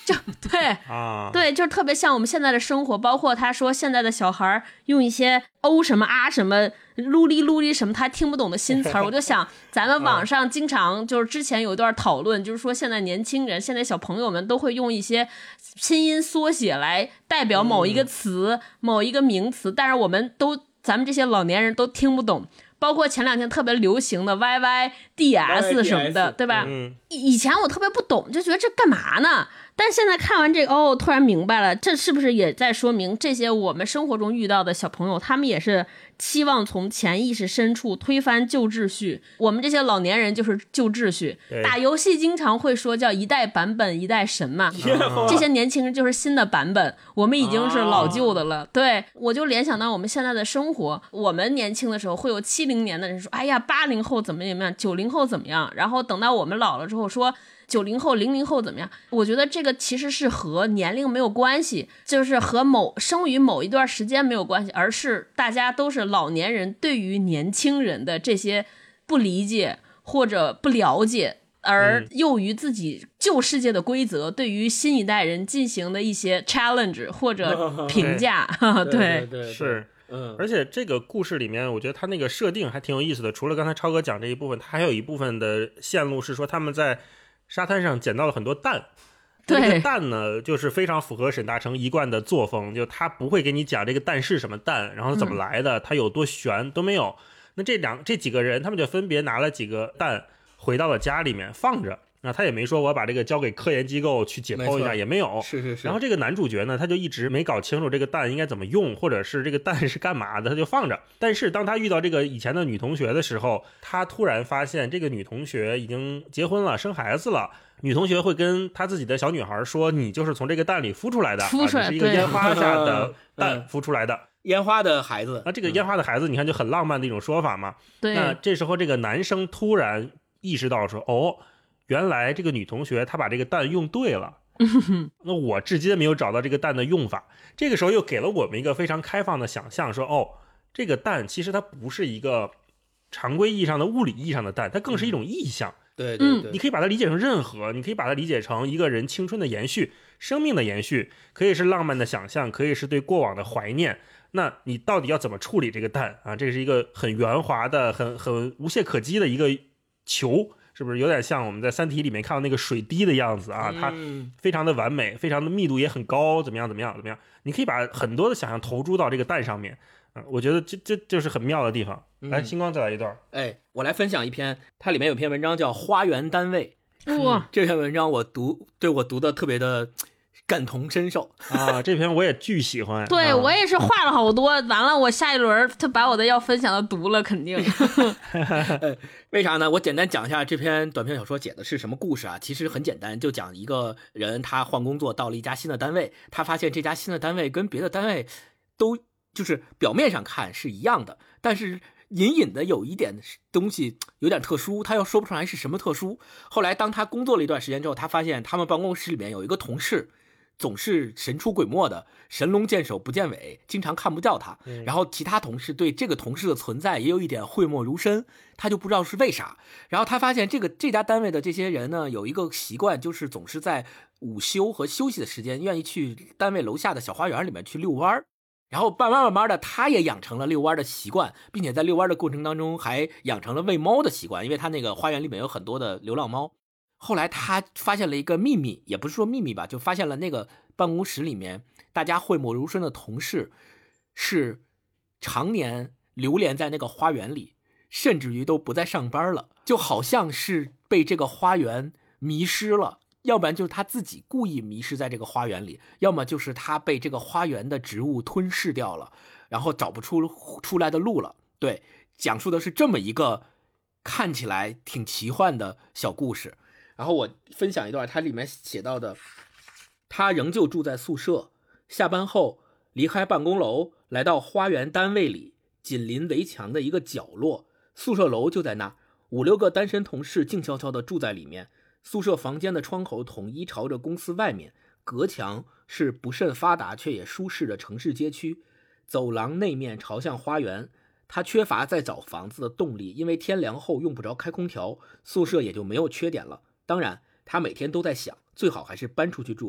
[SPEAKER 2] 就对
[SPEAKER 1] 啊，
[SPEAKER 2] 对，就是特别像我们现在的生活，包括他说现在的小孩用一些欧什么啊什么噜哩噜哩什么他听不懂的新词儿，我就想咱们网上经常就是之前有一段讨论，就是说现在年轻人现在小朋友们都会用一些拼音缩写来代表某一个词、嗯、某一个名词，但是我们都咱们这些老年人都听不懂，包括前两天特别流行的 Y Y D S 什么的，对吧？
[SPEAKER 1] 嗯，
[SPEAKER 2] 以前我特别不懂，就觉得这干嘛呢？但是现在看完这个，哦，突然明白了，这是不是也在说明这些我们生活中遇到的小朋友，他们也是期望从潜意识深处推翻旧秩序。我们这些老年人就是旧秩序，打游戏经常会说叫一代版本一代神嘛，
[SPEAKER 1] 嗯、
[SPEAKER 2] 这些年轻人就是新的版本，我们已经是老旧的了。啊、对，我就联想到我们现在的生活，我们年轻的时候会有七零年的人说，哎呀，八零后怎么怎么样，九零后怎么样，然后等到我们老了之后说九零后、零零后怎么样？我觉得这个其实是和年龄没有关系，就是和某生于某一段时间没有关系，而是大家都是老年人对于年轻人的这些不理解或者不了解，而囿于自己旧世界的规则，对于新一代人进行的一些 challenge 或者评价。
[SPEAKER 3] 对, 对, 对, 对
[SPEAKER 1] 是。嗯，而且这个故事里面，我觉得他那个设定还挺有意思的。除了刚才超哥讲这一部分，他还有一部分的线路是说他们在沙滩上捡到了很多蛋。
[SPEAKER 2] 对，
[SPEAKER 1] 这个蛋呢，就是非常符合沈大成一贯的作风，就他不会给你讲这个蛋是什么蛋，然后怎么来的，它有多悬都没有。那这两这几个人，他们就分别拿了几个蛋回到了家里面放着。那他也没说我要把这个交给科研机构去解剖一下，也没有。
[SPEAKER 3] 是是是。
[SPEAKER 1] 然后这个男主角呢，他就一直没搞清楚这个蛋应该怎么用，或者是这个蛋是干嘛的，他就放着。但是当他遇到这个以前的女同学的时候，他突然发现这个女同学已经结婚了，生孩子了。女同学会跟她自己的小女孩说：“你就是从这个蛋里孵出来的，
[SPEAKER 2] 孵出来、
[SPEAKER 1] 啊、是一个烟花下的蛋孵出来的。”
[SPEAKER 3] 烟花的孩子，
[SPEAKER 1] 那这个烟花的孩子，你看就很浪漫的一种说法嘛。
[SPEAKER 2] 对。
[SPEAKER 1] 那这时候这个男生突然意识到说：“哦。”原来这个女同学她把这个蛋用对了，那我至今没有找到这个蛋的用法。这个时候又给了我们一个非常开放的想象，说哦，这个蛋其实它不是一个常规意义上的物理意义上的蛋，它更是一种意象。
[SPEAKER 3] 对对对，
[SPEAKER 1] 你可以把它理解成任何，你可以把它理解成一个人青春的延续，生命的延续，可以是浪漫的想象，可以是对过往的怀念。那你到底要怎么处理这个蛋啊？这是一个很圆滑的、很很无懈可击的一个球。是不是有点像我们在三体里面看到那个水滴的样子啊？它非常的完美，非常的密度也很高，怎么样怎么样怎么样？你可以把很多的想象投注到这个蛋上面啊，我觉得这这就是很妙的地方。来，星光再来一段。
[SPEAKER 3] 哎，我来分享一篇，它里面有篇文章叫《花园单位》。
[SPEAKER 2] 哇、
[SPEAKER 3] 嗯，这篇文章我读，对我读的特别的感同身受
[SPEAKER 1] 啊！这篇我也巨喜欢。
[SPEAKER 2] 对、
[SPEAKER 1] 啊、
[SPEAKER 2] 我也是画了好多，完了我下一轮他把我的要分享的读了，肯定。
[SPEAKER 3] 为啥呢？我简单讲一下这篇短篇小说写的是什么故事啊？其实很简单，就讲一个人他换工作到了一家新的单位，他发现这家新的单位跟别的单位都就是表面上看是一样的，但是隐隐的有一点东西有点特殊，他又说不出来是什么特殊。后来当他工作了一段时间之后，他发现他们办公室里面有一个同事总是神出鬼没的，神龙见首不见尾，经常看不到他。然后其他同事对这个同事的存在也有一点讳莫如深，他就不知道是为啥。然后他发现这个这家单位的这些人呢，有一个习惯，就是总是在午休和休息的时间，愿意去单位楼下的小花园里面去遛弯。然后慢慢慢慢的，他也养成了遛弯的习惯，并且在遛弯的过程当中还养成了喂猫的习惯，因为他那个花园里面有很多的流浪猫。后来他发现了一个秘密，也不是说秘密吧，就发现了那个办公室里面大家讳莫如深的同事是常年流连在那个花园里，甚至于都不再上班了，就好像是被这个花园迷失了，要不然就是他自己故意迷失在这个花园里，要么就是他被这个花园的植物吞噬掉了，然后找不出出来的路了。对，讲述的是这么一个看起来挺奇幻的小故事。然后我分享一段它里面写到的，他仍旧住在宿舍，下班后离开办公楼，来到花园单位里紧邻围墙的一个角落，宿舍楼就在那，五六个单身同事静悄悄地住在里面。宿舍房间的窗口统一朝着公司外面，隔墙是不甚发达却也舒适的城市街区，走廊内面朝向花园。他缺乏再找房子的动力，因为天凉后用不着开空调，宿舍也就没有缺点了。当然他每天都在想，最好还是搬出去住吧，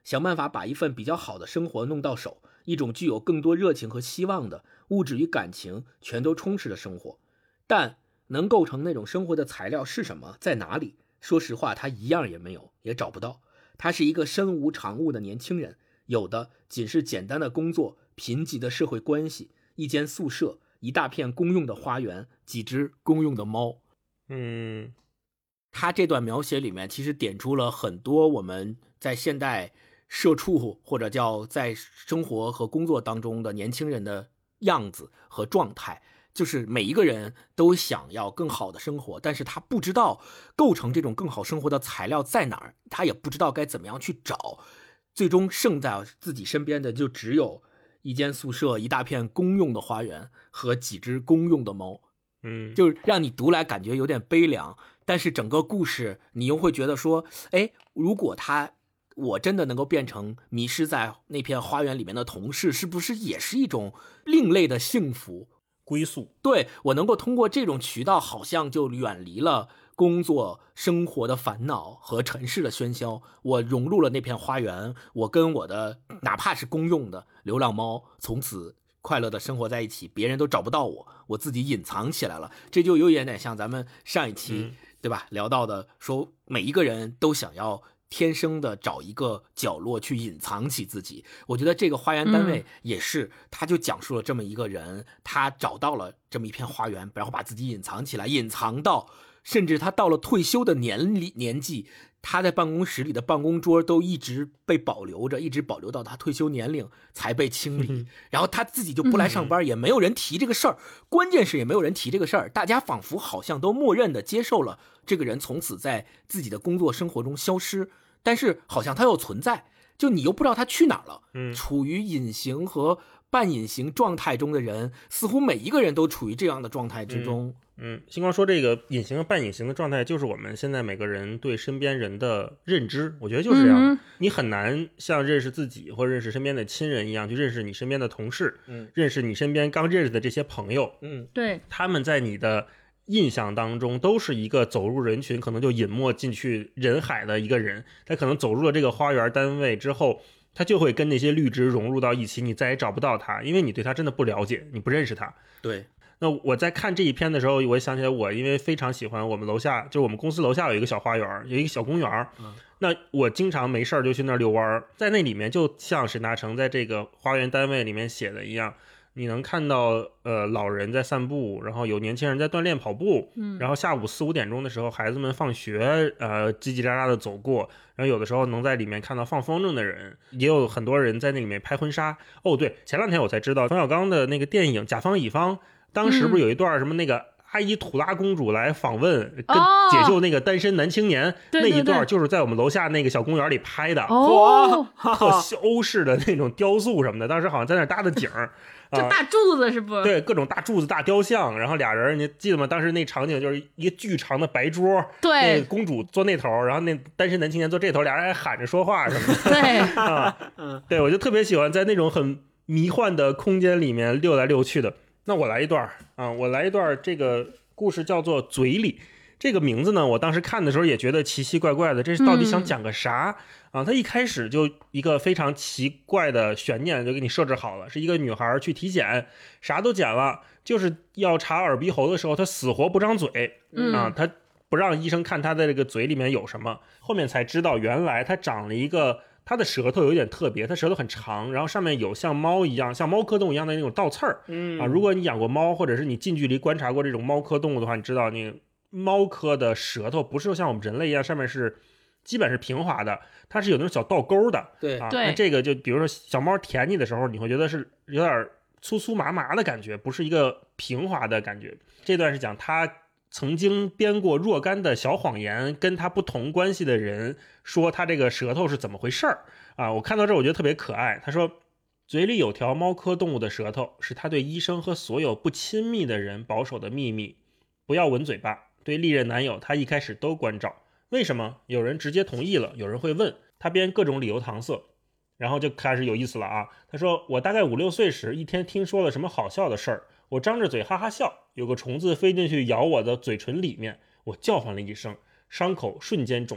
[SPEAKER 3] 想办法把一份比较好的生活弄到手，一种具有更多热情和希望的物质与感情全都充实的生活。但能构成那种生活的材料是什么，在哪里？说实话，他一样也没有，也找不到。他是一个身无长物的年轻人，有的仅是简单的工作、贫瘠的社会关系、一间宿舍、一大片公用的花园、几只公用的猫。
[SPEAKER 1] 嗯，
[SPEAKER 3] 他这段描写里面其实点出了很多我们在现代社畜或者叫在生活和工作当中的年轻人的样子和状态，就是每一个人都想要更好的生活，但是他不知道构成这种更好生活的材料在哪儿，他也不知道该怎么样去找，最终剩在自己身边的就只有一间宿舍、一大片公用的花园和几只公用的猫。
[SPEAKER 1] 嗯，
[SPEAKER 3] 就让你读来感觉有点悲凉，但是整个故事你又会觉得说，哎，如果他我真的能够变成迷失在那片花园里面的同事，是不是也是一种另类的幸福
[SPEAKER 1] 归宿？
[SPEAKER 3] 对，我能够通过这种渠道，好像就远离了工作生活的烦恼和城市的喧嚣，我融入了那片花园，我跟我的哪怕是公用的流浪猫从此快乐的生活在一起，别人都找不到我，我自己隐藏起来了。这就有一点点像咱们上一期、嗯、对吧聊到的，说每一个人都想要天生的找一个角落去隐藏起自己。我觉得这个花园单位也是、嗯、他就讲述了这么一个人，他找到了这么一片花园，然后把自己隐藏起来，隐藏到甚至他到了退休的年年纪，他在办公室里的办公桌都一直被保留着，一直保留到他退休年龄才被清理、嗯、然后他自己就不来上班、嗯、也没有人提这个事儿，关键是也没有人提这个事儿，大家仿佛好像都默认的接受了这个人从此在自己的工作生活中消失，但是好像他又存在，就你又不知道他去哪儿了。嗯，处于隐形和半隐形状态中的人，似乎每一个人都处于这样的状态之中。
[SPEAKER 1] 嗯嗯，星光说这个隐形和半隐形的状态，就是我们现在每个人对身边人的认知，我觉得就是这样、嗯、你很难像认识自己或认识身边的亲人一样去认识你身边的同事，嗯，认识你身边刚认识的这些朋友，
[SPEAKER 3] 嗯，
[SPEAKER 2] 对，
[SPEAKER 1] 他们在你的印象当中都是一个走入人群可能就隐没进去人海的一个人，他可能走入了这个花园单位之后，他就会跟那些绿植融入到一起，你再也找不到他，因为你对他真的不了解，你不认识他。
[SPEAKER 3] 对，
[SPEAKER 1] 那我在看这一篇的时候，我想起来我因为非常喜欢我们楼下，就是我们公司楼下有一个小花园，有一个小公园、嗯、那我经常没事就去那儿遛弯，在那里面就像沈大成在这个花园单位里面写的一样，你能看到呃老人在散步，然后有年轻人在锻炼跑步，嗯，然后下午四五点钟的时候孩子们放学呃叽叽喳喳的走过，然后有的时候能在里面看到放风筝的人，也有很多人在那里面拍婚纱。哦对，前两天我才知道冯小刚的那个电影甲方乙方，当时不是有一段什么那个阿依土拉公主来访问、嗯、跟解救那个单身男青年、哦、那一段就是在我们楼下那个小公园里拍的，
[SPEAKER 2] 哦，
[SPEAKER 1] 特欧式的那种雕塑什么的，当时好像在那搭的景儿
[SPEAKER 2] 就大柱子是不、
[SPEAKER 1] 啊、对，各种大柱子大雕像，然后俩人你记得吗？当时那场景就是一个巨长的白桌，
[SPEAKER 2] 对，
[SPEAKER 1] 那个公主坐那头，然后那单身男青年坐这头，俩人还喊着说话什么的，
[SPEAKER 2] 对
[SPEAKER 1] 啊，对，我就特别喜欢在那种很迷幻的空间里面溜来溜去的。那我来一段啊，我来一段，这个故事叫做嘴里。这个名字呢，我当时看的时候也觉得奇奇怪怪的，这是到底想讲个啥、嗯、啊？他一开始就一个非常奇怪的悬念就给你设置好了，是一个女孩去体检，啥都检了，就是要查耳鼻喉的时候，她死活不张嘴、嗯、啊，她不让医生看她的这个嘴里面有什么。后面才知道，原来她长了一个，她的舌头有点特别，她舌头很长，然后上面有像猫一样、像猫科动物一样的那种倒刺儿。嗯啊，如果你养过猫，或者是你近距离观察过这种猫科动物的话，你知道你。猫科的舌头不是像我们人类一样上面是基本是平滑的，它是有那种小倒钩的。
[SPEAKER 3] 对
[SPEAKER 1] 啊，那这个就比如说小猫舔你的时候，你会觉得是有点粗粗麻麻的感觉，不是一个平滑的感觉。这段是讲他曾经编过若干的小谎言，跟他不同关系的人说他这个舌头是怎么回事儿啊。我看到这我觉得特别可爱。他说嘴里有条猫科动物的舌头，是他对医生和所有不亲密的人保守的秘密，不要吻嘴巴。对历任男友他一开始都关照，为什么？有人直接同意了，有人会问他，编各种理由搪塞，然后就开始有意思了啊。他说我大概五六岁时，一天听说了什么好笑的事儿，我张着嘴哈哈笑，有个虫子飞进去咬我的嘴唇里面，我叫唤了一声，伤口瞬间肿大，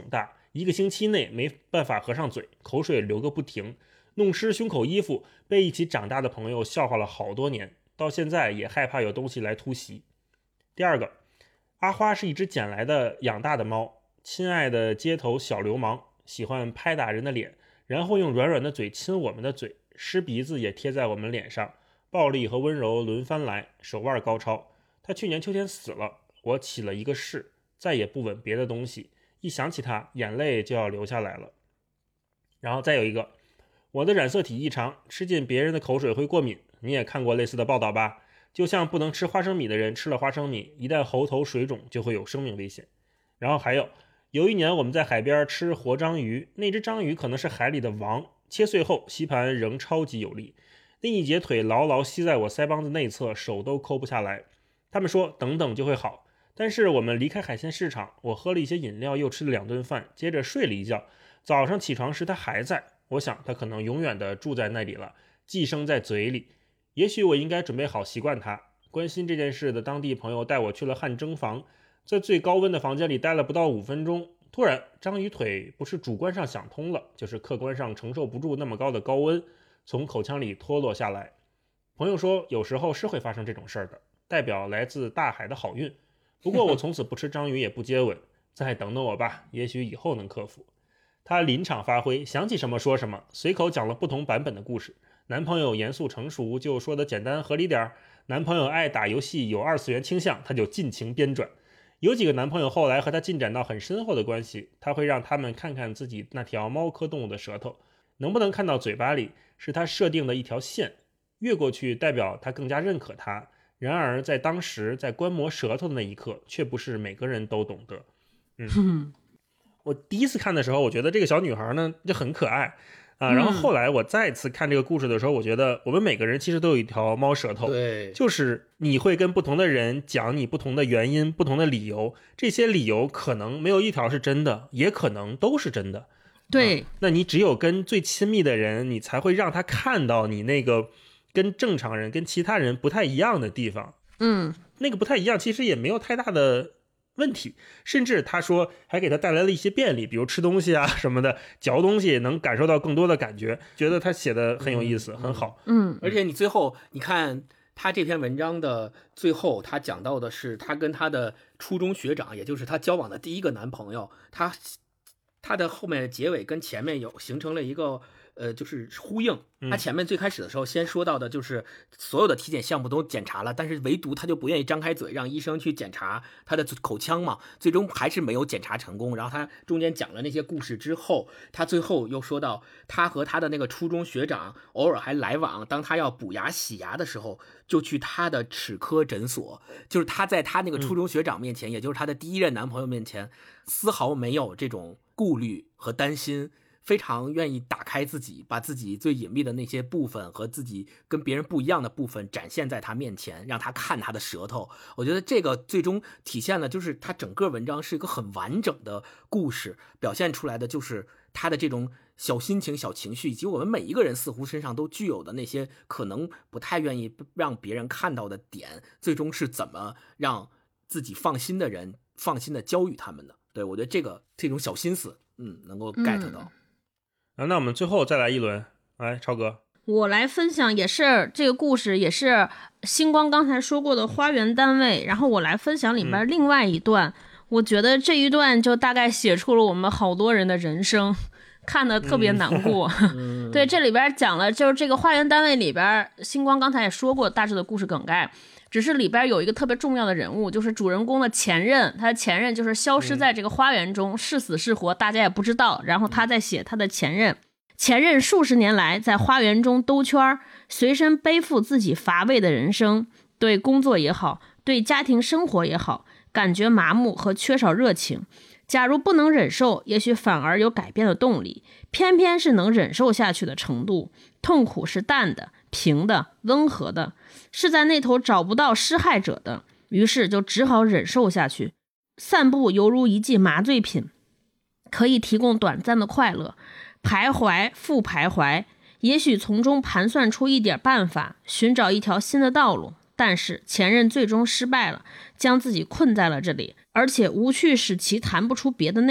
[SPEAKER 1] 一个星期内没办法合上嘴，口水流个不停，弄湿胸口衣服，被一起长大的朋友笑话了好多年，到现在也害怕有东西来突袭。第二个，阿花是一只捡来的养大的猫，亲爱的街头小流氓，喜欢拍打人的脸，然后用软软的嘴亲我们的嘴，湿鼻子也贴在我们脸上，暴力和温柔轮番来，手腕高超。他去年秋天死了，我起了一个誓，再也不吻别的东西，一想起他，眼泪就要流下来了。然后再有一个，我的染色体异常，吃进别人的口水会过敏，你也看过类似的报道吧？就像不能吃花生米的人吃了花生米，一旦喉头水肿就会有生命危险。然后还有，有一年我们在海边吃活章鱼，那只章鱼可能是海里的王，切碎后吸盘仍超级有力，另一节腿牢牢吸在我腮帮子内侧，手都抠不下来。他们说等等就会好，但是我们离开海鲜市场，我喝了一些饮料，又吃了两顿饭，接着睡了一觉，早上起床时它还在，我想它可能永远的住在那里了，寄生在嘴里。也许我应该准备好习惯它。关心这件事的当地朋友带我去了汗蒸房，在最高温的房间里待了不到五分钟，突然章鱼腿不是主观上想通了，就是客观上承受不住那么高的高温，从口腔里脱落下来。朋友说有时候是会发生这种事儿的，代表来自大海的好运。不过我从此不吃章鱼也不接吻，再等等我吧，也许以后能克服。他临场发挥，想起什么说什么，随口讲了不同版本的故事。男朋友严肃成熟就说的简单合理点，男朋友爱打游戏有二次元倾向，他就尽情编转。有几个男朋友后来和他进展到很深厚的关系，他会让他们看看自己那条猫科动物的舌头，能不能看到嘴巴里，是他设定的一条线，越过去代表他更加认可他。然而在当时在观摩舌头的那一刻，却不是每个人都懂得。嗯，我第一次看的时候，我觉得这个小女孩呢就很可爱啊，然后后来我再次看这个故事的时候，我觉得我们每个人其实都有一条猫舌头，
[SPEAKER 3] 对，
[SPEAKER 1] 就是你会跟不同的人讲你不同的原因、不同的理由，这些理由可能没有一条是真的，也可能都是真的。
[SPEAKER 2] 对、
[SPEAKER 1] 啊，那你只有跟最亲密的人，你才会让他看到你那个跟正常人、跟其他人不太一样的地方。
[SPEAKER 2] 嗯，
[SPEAKER 1] 那个不太一样，其实也没有太大的问题，甚至他说还给他带来了一些便利，比如吃东西啊什么的，嚼东西能感受到更多的感觉，觉得他写的很有意思、嗯、很好。
[SPEAKER 2] 嗯，
[SPEAKER 3] 而且你最后你看他这篇文章的最后，他讲到的是他跟他的初中学长，也就是他交往的第一个男朋友，他他的后面的结尾跟前面有形成了一个呃，就是呼应。他前面最开始的时候先说到的就是所有的体检项目都检查了，但是唯独他就不愿意张开嘴让医生去检查他的口腔嘛，最终还是没有检查成功。然后他中间讲了那些故事之后，他最后又说到他和他的那个初中学长偶尔还来往，当他要补牙洗牙的时候就去他的齿科诊所，就是他在他那个初中学长面前、嗯、也就是他的第一任男朋友面前丝毫没有这种顾虑和担心，非常愿意打开自己，把自己最隐秘的那些部分和自己跟别人不一样的部分展现在他面前，让他看他的舌头。我觉得这个最终体现了就是他整个文章是一个很完整的故事，表现出来的就是他的这种小心情、小情绪，以及我们每一个人似乎身上都具有的那些可能不太愿意让别人看到的点，最终是怎么让自己放心的人放心的教育他们的。对，我觉得这个这种小心思嗯，能够 get 到、嗯
[SPEAKER 1] 啊、那我们最后再来一轮，来超哥，
[SPEAKER 2] 我来分享，也是这个故事，也是星光刚才说过的花园单位，然后我来分享里边另外一段、嗯、我觉得这一段就大概写出了我们好多人的人生，看得特别难过、嗯、对，这里边讲了就是这个花园单位里边，星光刚才也说过大致的故事梗概，只是里边有一个特别重要的人物，就是主人公的前任，他的前任就是消失在这个花园中、嗯、是死是活大家也不知道，然后他在写他的前任，前任数十年来在花园中兜圈，随身背负自己乏味的人生，对工作也好，对家庭生活也好，感觉麻木和缺少热情。假如不能忍受，也许反而有改变的动力，偏偏是能忍受下去的程度，痛苦是淡的、平的、温和的，是在那头找不到施害者的，于是就只好忍受下去。散步犹如一剂麻醉品，可以提供短暂的快乐，徘徊复徘徊，也许从中盘算出一点办法，寻找一条新的道路，但是前任最终失败了，将自己困在了这里，而且无趣使其谈不出别的内容。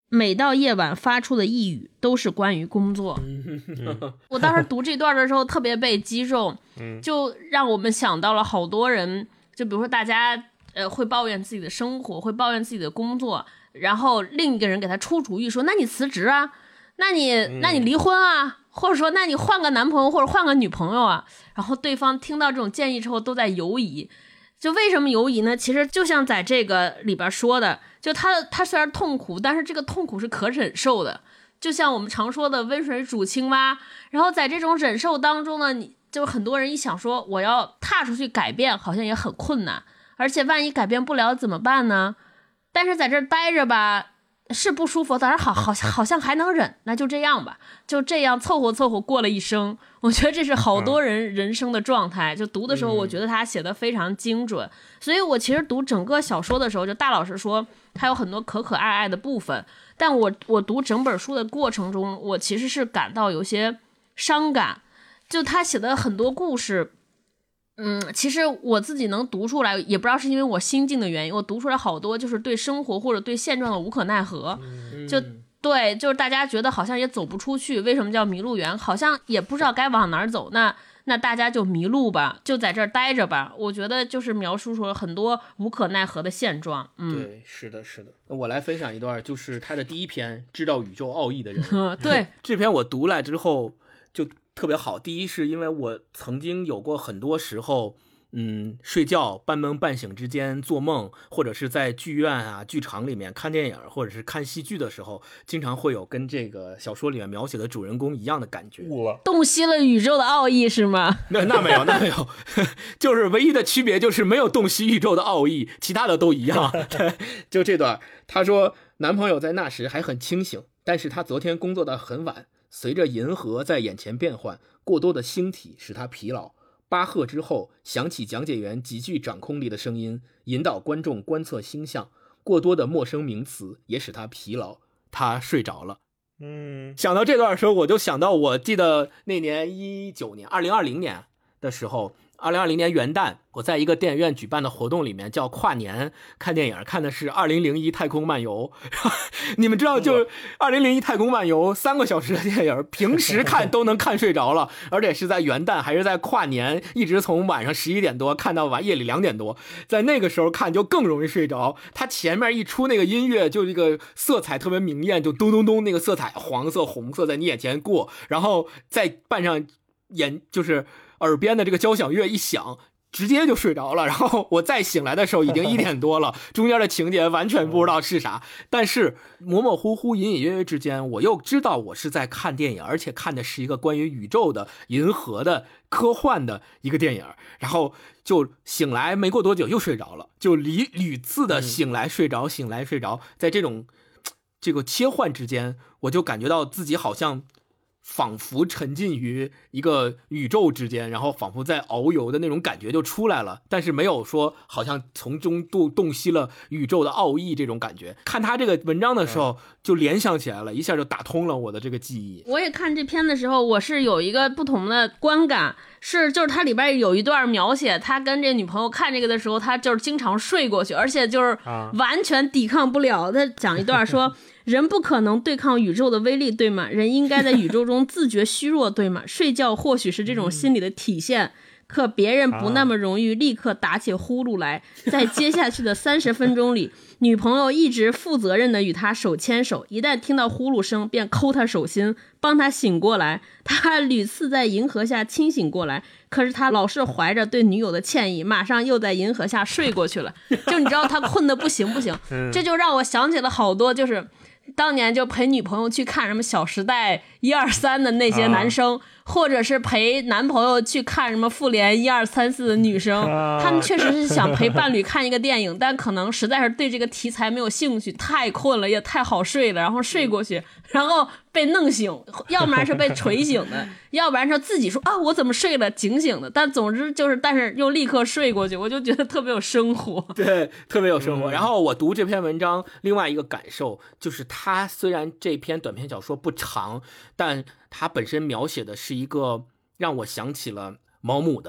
[SPEAKER 2] 每到夜晚发出的呓语都是关于工作。
[SPEAKER 1] 嗯、
[SPEAKER 2] 我当时读这段的时候特别被击中，就让我们想到了好多人，就比如说大家呃会抱怨自己的生活，会抱怨自己的工作，然后另一个人给他出主意说，那你辞职啊，那你那你离婚啊，或者说那你换个男朋友或者换个女朋友啊。然后对方听到这种建议之后都在犹疑。就为什么犹疑呢？其实就像在这个里边说的，就他他虽然痛苦，但是这个痛苦是可忍受的，就像我们常说的温水煮青蛙。然后在这种忍受当中呢，你就很多人一想说我要踏出去改变，好像也很困难，而且万一改变不了怎么办呢？但是在这儿待着吧，是不舒服，但是好好像好像还能忍，那就这样吧，就这样凑合凑合过了一生。我觉得这是好多人人生的状态。就读的时候，我觉得他写的非常精准。所以我其实读整个小说的时候，就大老师说他有很多可可爱爱的部分，但我我读整本书的过程中，我其实是感到有些伤感。就他写的很多故事，嗯，其实我自己能读出来，也不知道是因为我心境的原因，我读出来好多就是对生活或者对现状的无可奈何。就对，就是大家觉得好像也走不出去，为什么叫迷路园？好像也不知道该往哪儿走，那那大家就迷路吧，就在这儿待着吧。我觉得就是描述出了很多无可奈何的现状。嗯，
[SPEAKER 3] 对，是的，是的。我来分享一段，就是他的第一篇《知道宇宙奥义的人》。
[SPEAKER 2] 对，
[SPEAKER 3] 这篇我读来之后就特别好。第一是因为我曾经有过很多时候。嗯，睡觉半梦半醒之间做梦，或者是在剧院啊、剧场里面看电影，或者是看戏剧的时候，经常会有跟这个小说里面描写的主人公一样的感觉。
[SPEAKER 2] 洞悉了宇宙的奥义是吗？
[SPEAKER 3] 那那没有，那没有，就是唯一的区别就是没有洞悉宇宙的奥义，其他的都一样。对，就这段，他说男朋友在那时还很清醒，但是他昨天工作到很晚，随着银河在眼前变换，过多的星体使他疲劳。巴赫之后响起讲解员极具掌控力的声音，引导观众观测星象，过多的陌生名词也使他疲劳，他睡着了。
[SPEAKER 1] 嗯，
[SPEAKER 3] 想到这段的时候，我就想到我记得那年一九年二零二零年的时候，二零二零年元旦，我在一个电影院举办的活动里面叫跨年看电影，看的是二零零一太空漫游。你们知道，就二零零一太空漫游三个小时的电影，平时看都能看睡着了，而且是在元旦还是在跨年，一直从晚上十一点多看到晚夜里两点多，在那个时候看就更容易睡着。它前面一出那个音乐，就这个色彩特别明艳，就咚咚咚那个色彩黄色红色在你眼前过，然后再伴上眼就是耳边的这个交响乐一响，直接就睡着了。然后我再醒来的时候已经一点多了，中间的情节完全不知道是啥，但是模模糊糊隐隐约约之间我又知道我是在看电影，而且看的是一个关于宇宙的银河的科幻的一个电影，然后就醒来没过多久又睡着了，就屡屡次的醒来睡着醒来睡着，在这种这个切换之间，我就感觉到自己好像仿佛沉浸于一个宇宙之间，然后仿佛在遨游的那种感觉就出来了，但是没有说好像从中洞洞悉了宇宙的奥义这种感觉。看他这个文章的时候就联想起来了，一下就打通了我的这个记忆。
[SPEAKER 2] 我也看这篇的时候，我是有一个不同的观感，是就是它里边有一段描写他跟这女朋友看这个的时候，他就是经常睡过去，而且就是完全抵抗不了。他讲一段说人不可能对抗宇宙的威力，对吗？人应该在宇宙中自觉虚弱，对吗？睡觉或许是这种心理的体现，可别人不那么容易立刻打起呼噜来。在接下去的三十分钟里，女朋友一直负责任的与他手牵手，一旦听到呼噜声便抠他手心，帮他醒过来。他屡次在银河下清醒过来，可是他老是怀着对女友的歉意，马上又在银河下睡过去了。就你知道他困得不行不行，这就让我想起了好多就是当年就陪女朋友去看什么《小时代》一二三的那些男生、啊、或者是陪男朋友去看什么《复联》一二三四的女生、啊、他们确实是想陪伴侣看一个电影，但可能实在是对这个题材没有兴趣，太困了也太好睡了，然后睡过去，然后被弄醒，要不然是被捶醒的要不然是自己说啊我怎么睡了警醒的，但总之就是但是又立刻睡过去，我就觉得特别有生活。
[SPEAKER 3] 对，特别有生活、嗯、然后我读这篇文章另外一个感受就是它虽然这篇短篇小说不长，但它本身描写的是一个让我想起了毛姆的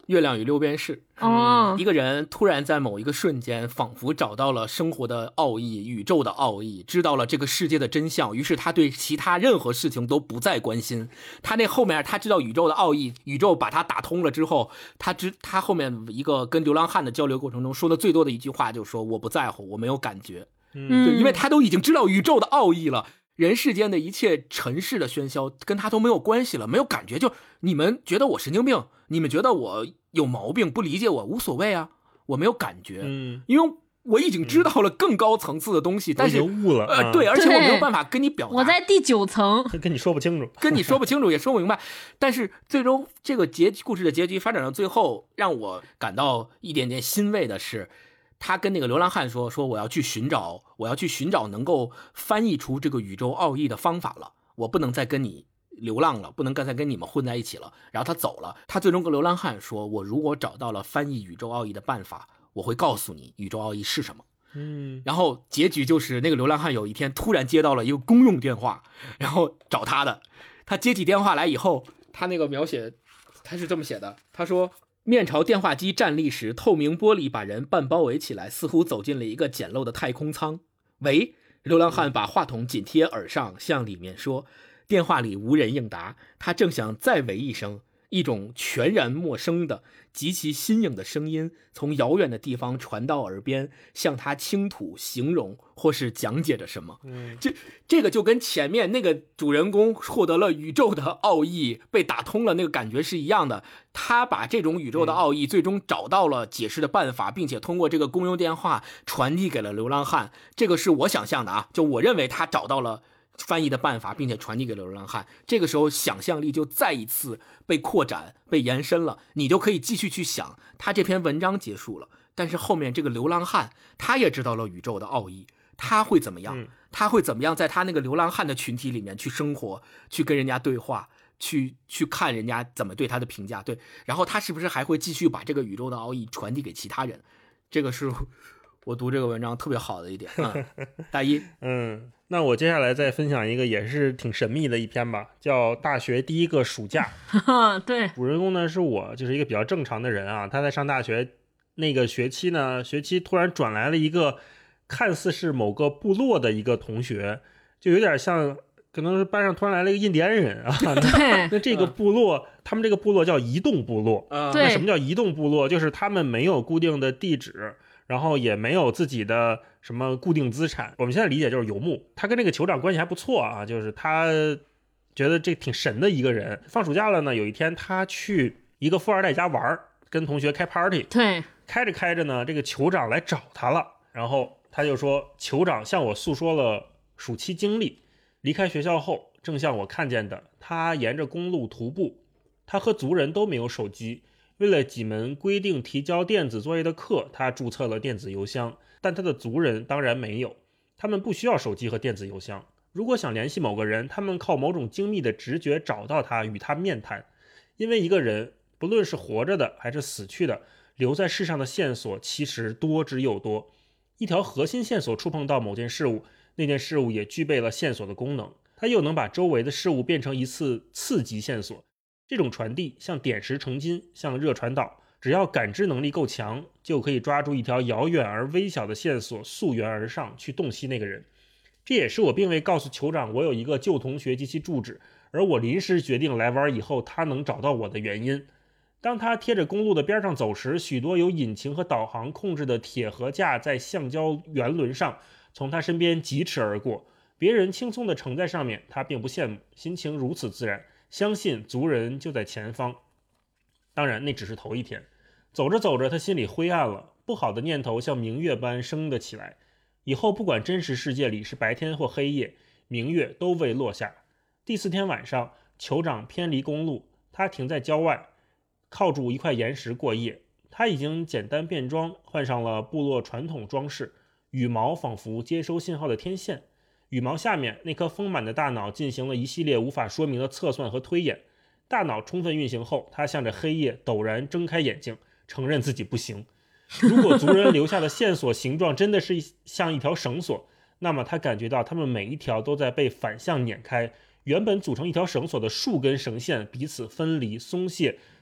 [SPEAKER 3] 月亮与六便士。
[SPEAKER 2] 哦，
[SPEAKER 3] 一个人突然在某一个瞬间仿佛找到了生活的奥义，宇宙的奥义，知道了这个世界的真相，于是他对其他任何事情都不再关心。他那后面他知道宇宙的奥义，宇宙把他打通了之后，他知他后面一个跟流浪汉的交流过程中说的最多的一句话就是说我不在乎，我没有感觉。
[SPEAKER 2] 嗯，
[SPEAKER 3] 对，因为他都已经知道宇宙的奥义了，人世间的一切尘世的喧嚣跟他都没有关系了，没有感觉。就你们觉得我神经病，你们觉得我有毛病，不理解我，无所谓啊，我没有感觉。
[SPEAKER 1] 嗯，
[SPEAKER 3] 因为我已经知道了更高层次的东西，
[SPEAKER 1] 嗯、
[SPEAKER 3] 但是
[SPEAKER 1] 我已经悟了，
[SPEAKER 3] 呃，
[SPEAKER 1] 啊、
[SPEAKER 3] 对，而且我没有办法跟你表达。
[SPEAKER 2] 我在第九层，
[SPEAKER 1] 跟你说不清楚，
[SPEAKER 3] 跟你说不清楚，也说不明白。但是最终这个结故事的结局发展到最后，让我感到一点点欣慰的是，他跟那个流浪汉说：“说我要去寻找，我要去寻找能够翻译出这个宇宙奥义的方法了。我不能再跟你流浪了，不能再跟你们混在一起了。”然后他走了。他最终跟流浪汉说：“我如果找到了翻译宇宙奥义的办法，我会告诉你宇宙奥义是什么。”
[SPEAKER 1] 嗯，
[SPEAKER 3] 然后结局就是那个流浪汉有一天突然接到了一个公用电话，然后找他的。他接起电话来以后，他那个描写他是这么写的，他说：“面朝电话机站立时，透明玻璃把人半包围起来，似乎走进了一个简陋的太空舱。”喂，流浪汉把话筒紧贴耳上，向里面说。电话里无人应答，他正想再喂一声，一种全然陌生的极其新颖的声音从遥远的地方传到耳边，向他倾吐形容或是讲解着什么。
[SPEAKER 1] 嗯，
[SPEAKER 3] 这这个就跟前面那个主人公获得了宇宙的奥义被打通了那个感觉是一样的。他把这种宇宙的奥义最终找到了解释的办法，并且通过这个公用电话传递给了流浪汉。这个是我想象的啊，就我认为他找到了翻译的办法，并且传递给了流浪汉。这个时候想象力就再一次被扩展被延伸了，你就可以继续去想。他这篇文章结束了，但是后面这个流浪汉他也知道了宇宙的奥义，他会怎么样、嗯、他会怎么样在他那个流浪汉的群体里面去生活，去跟人家对话，去去看人家怎么对他的评价。对，然后他是不是还会继续把这个宇宙的奥义传递给其他人。这个是我读这个文章特别好的一点。嗯，大一
[SPEAKER 1] 嗯，那我接下来再分享一个也是挺神秘的一篇吧，叫《大学第一个暑假》。
[SPEAKER 2] 对，
[SPEAKER 1] 主人公呢是我，就是一个比较正常的人啊。他在上大学那个学期呢，学期突然转来了一个看似是某个部落的一个同学，就有点像可能是班上突然来了一个印第安人啊。
[SPEAKER 2] 对，
[SPEAKER 1] 那这个部落，他们这个部落叫移动部落。
[SPEAKER 3] 啊，
[SPEAKER 2] 对，
[SPEAKER 1] 那什么叫移动部落？就是他们没有固定的地址。然后也没有自己的什么固定资产，我们现在理解就是游牧。他跟这个酋长关系还不错啊，就是他觉得这挺神的一个人。放暑假了呢，有一天他去一个富二代家玩，跟同学开 party。
[SPEAKER 2] 对，
[SPEAKER 1] 开着开着呢，这个酋长来找他了，然后他就说，酋长向我诉说了暑期经历。离开学校后，正像我看见的，他沿着公路徒步，他和族人都没有手机。为了几门规定提交电子作业的课，他注册了电子邮箱，但他的族人当然没有，他们不需要手机和电子邮箱。如果想联系某个人，他们靠某种精密的直觉找到他，与他面谈。因为一个人，不论是活着的还是死去的，留在世上的线索其实多之又多。一条核心线索触碰到某件事物，那件事物也具备了线索的功能，它又能把周围的事物变成一次次级线索。这种传递像点石成金，像热传导，只要感知能力够强，就可以抓住一条遥远而微小的线索，溯源而上，去洞悉那个人。这也是我并未告诉酋长我有一个旧同学及其住址，而我临时决定来玩以后他能找到我的原因。当他贴着公路的边上走时，许多由引擎和导航控制的铁盒架在橡胶圆轮上从他身边疾驰而过，别人轻松地乘在上面，他并不羡慕，心情如此自然，相信族人就在前方。当然那只是头一天，走着走着他心里灰暗了，不好的念头像明月般升了起来。以后不管真实世界里是白天或黑夜，明月都未落下。第四天晚上，酋长偏离公路，他停在郊外，靠住一块岩石过夜。他已经简单变装，换上了部落传统装饰，羽毛仿佛接收信号的天线。羽毛下面那颗丰满的大脑进行了一系列无法说明的测算和推演。大脑充分运行后，他向着黑夜陡然睁开眼睛，承认自己不行。如果族人留下的线索形状真的是像一条绳索，那么他感觉到他们每一条都在被反向碾开，原本组成一条绳索的数根绳线彼此分离松懈，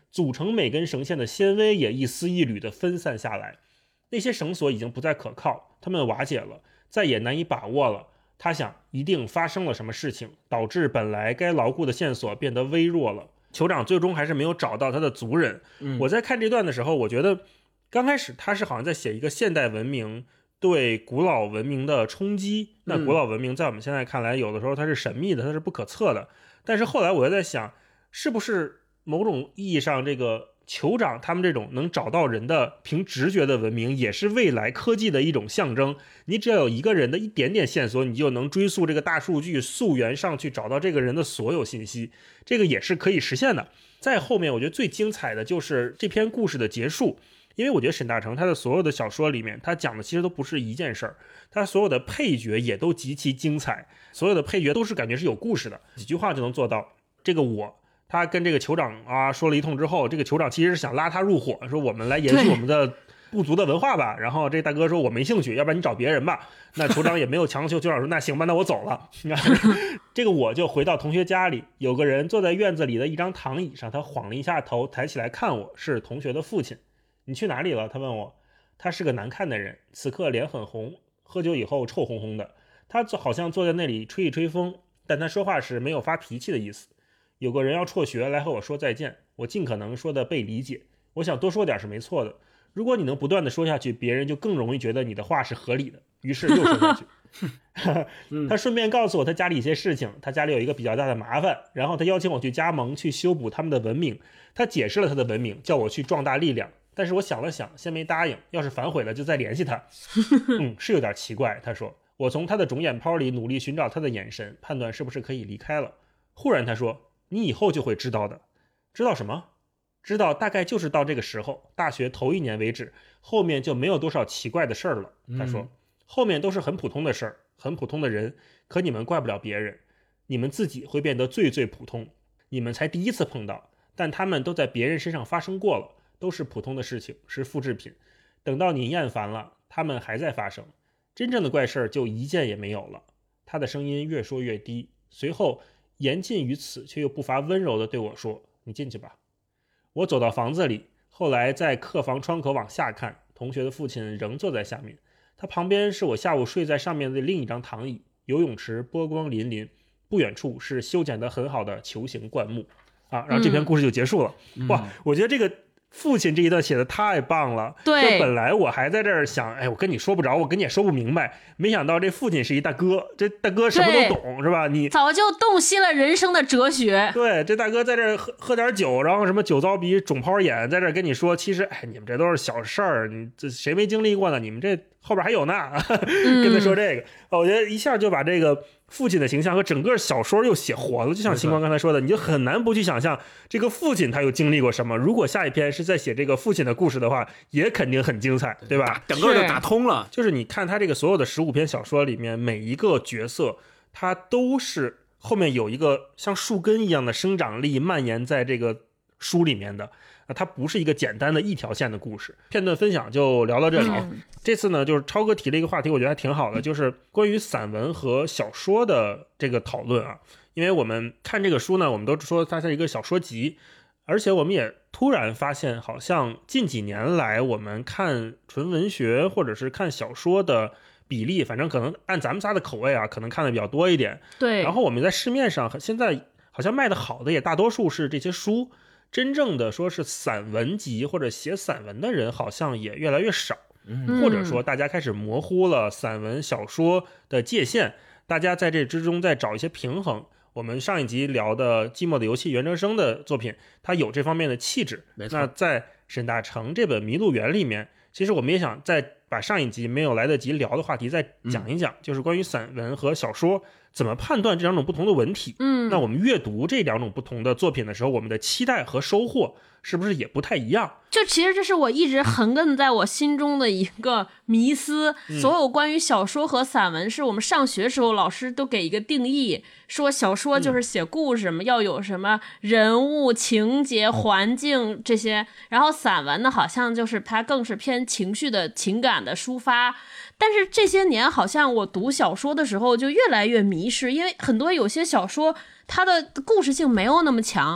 [SPEAKER 1] 组成每根绳线的纤维也一丝一缕地分散下来。那些绳索已经不再可靠，它们瓦解了，再也难以把握了。他想，一定发生了什么事情，导致本来该牢固的线索变得微弱了。酋长最终还是没有找到他的族人。
[SPEAKER 3] 嗯、
[SPEAKER 1] 我在看这段的时候，我觉得刚开始他是好像在写一个现代文明对古老文明的冲击。那古老文明在我们现在看来，有的时候它是神秘的，它是不可测的。但是后来我又在想，是不是某种意义上，这个酋长他们这种能找到人的凭直觉的文明，也是未来科技的一种象征。你只要有一个人的一点点线索，你就能追溯这个大数据溯源上去，找到这个人的所有信息，这个也是可以实现的。在后面我觉得最精彩的就是这篇故事的结束，因为我觉得沈大成他的所有的小说里面，他讲的其实都不是一件事儿，他所有的配角也都极其精彩，所有的配角都是感觉是有故事的，几句话就能做到。这个我他跟这个酋长啊说了一通之后，这个酋长其实是想拉他入伙，说我们来延续我们的部族的文化吧。然后这大哥说我没兴趣，要不然你找别人吧。那酋长也没有强求，酋长说那行吧，那我走了。这个我就回到同学家里，有个人坐在院子里的一张躺椅上，他晃了一下头，抬起来看我，是同学的父亲。你去哪里了？他问我。他是个难看的人，此刻脸很红，喝酒以后臭烘烘的。他好像坐在那里吹一吹风，但他说话时没有发脾气的意思。有个人要辍学来和我说再见，我尽可能说的被理解。我想多说点是没错的，如果你能不断的说下去，别人就更容易觉得你的话是合理的，于是又说下去。他顺便告诉我他家里一些事情，他家里有一个比较大的麻烦，然后他邀请我去加盟去修补他们的文明。他解释了他的文明，叫我去壮大力量，但是我想了想，先没答应，要是反悔了就再联系他。嗯，是有点奇怪，他说。我从他的肿眼泡里努力寻找他的眼神，判断是不是可以离开了。忽然他说，你以后就会知道的。知道什么？知道大概就是到这个时候，大学头一年为止，后面就没有多少奇怪的事儿了。他说、嗯、后面都是很普通的事儿，很普通的人，可你们怪不了别人，你们自己会变得最最普通。你们才第一次碰到，但他们都在别人身上发生过了，都是普通的事情，是复制品。等到你厌烦了，他们还在发生，真正的怪事儿就一件也没有了。他的声音越说越低，随后言尽于此，却又不乏温柔地对我说，你进去吧。我走到房子里，后来在客房窗口往下看，同学的父亲仍坐在下面，他旁边是我下午睡在上面的另一张躺椅，游泳池波光粼粼，不远处是修剪得很好的球形灌木啊，然后这篇故事就结束了、嗯、哇，我觉得这个父亲这一段写的太棒了。
[SPEAKER 2] 对，
[SPEAKER 1] 就本来我还在这儿想，哎，我跟你说不着，我跟你也说不明白，没想到这父亲是一大哥，这大哥什么都懂，是吧？你
[SPEAKER 2] 早就洞悉了人生的哲学。
[SPEAKER 1] 对，这大哥在这儿喝喝点酒，然后什么酒糟鼻肿泡眼，在这儿跟你说，其实哎，你们这都是小事儿，你这谁没经历过呢？你们这后边还有呢，跟他说这个、嗯、我觉得一下就把这个父亲的形象和整个小说又写活了。就像星光刚才说的，你就很难不去想象这个父亲他又经历过什么。如果下一篇是在写这个父亲的故事的话，也肯定很精彩，对吧？
[SPEAKER 3] 整个就打通了。
[SPEAKER 1] 就是你看他这个所有的十五篇小说里面，每一个角色他都是后面有一个像树根一样的生长力蔓延在这个书里面的，它不是一个简单的一条线的故事。片段分享就聊到这里、嗯、这次呢就是超哥提了一个话题，我觉得还挺好的，就是关于散文和小说的这个讨论啊。因为我们看这个书呢，我们都说它是一个小说集，而且我们也突然发现好像近几年来我们看纯文学或者是看小说的比例，反正可能按咱们仨的口味啊，可能看的比较多一点。
[SPEAKER 2] 对，
[SPEAKER 1] 然后我们在市面上现在好像卖的好的也大多数是这些书，真正的说是散文集或者写散文的人好像也越来越少、嗯、或者说大家开始模糊了散文小说的界限，大家在这之中再找一些平衡。我们上一集聊的寂寞的游戏袁哲生的作品，它有这方面的气质。那在沈大成这本《迷鹿园》里面，其实我们也想再把上一集没有来得及聊的话题再讲一讲、嗯、就是关于散文和小说怎么判断这两种不同的文体。嗯，那我们阅读这两种不同的作品的时候，我们的期待和收获是不是也不太一样？
[SPEAKER 2] 就其实这是我一直横亘在我心中的一个迷思、嗯、所有关于小说和散文是我们上学时候老师都给一个定义，说小说就是写故事嘛、嗯、要有什么人物情节环境这些，然后散文呢好像就是它更是偏情绪的情感的抒发。但是这些年好像我读小说的时候就越来越迷失，因为很多有些小说它的故事性没有那么强，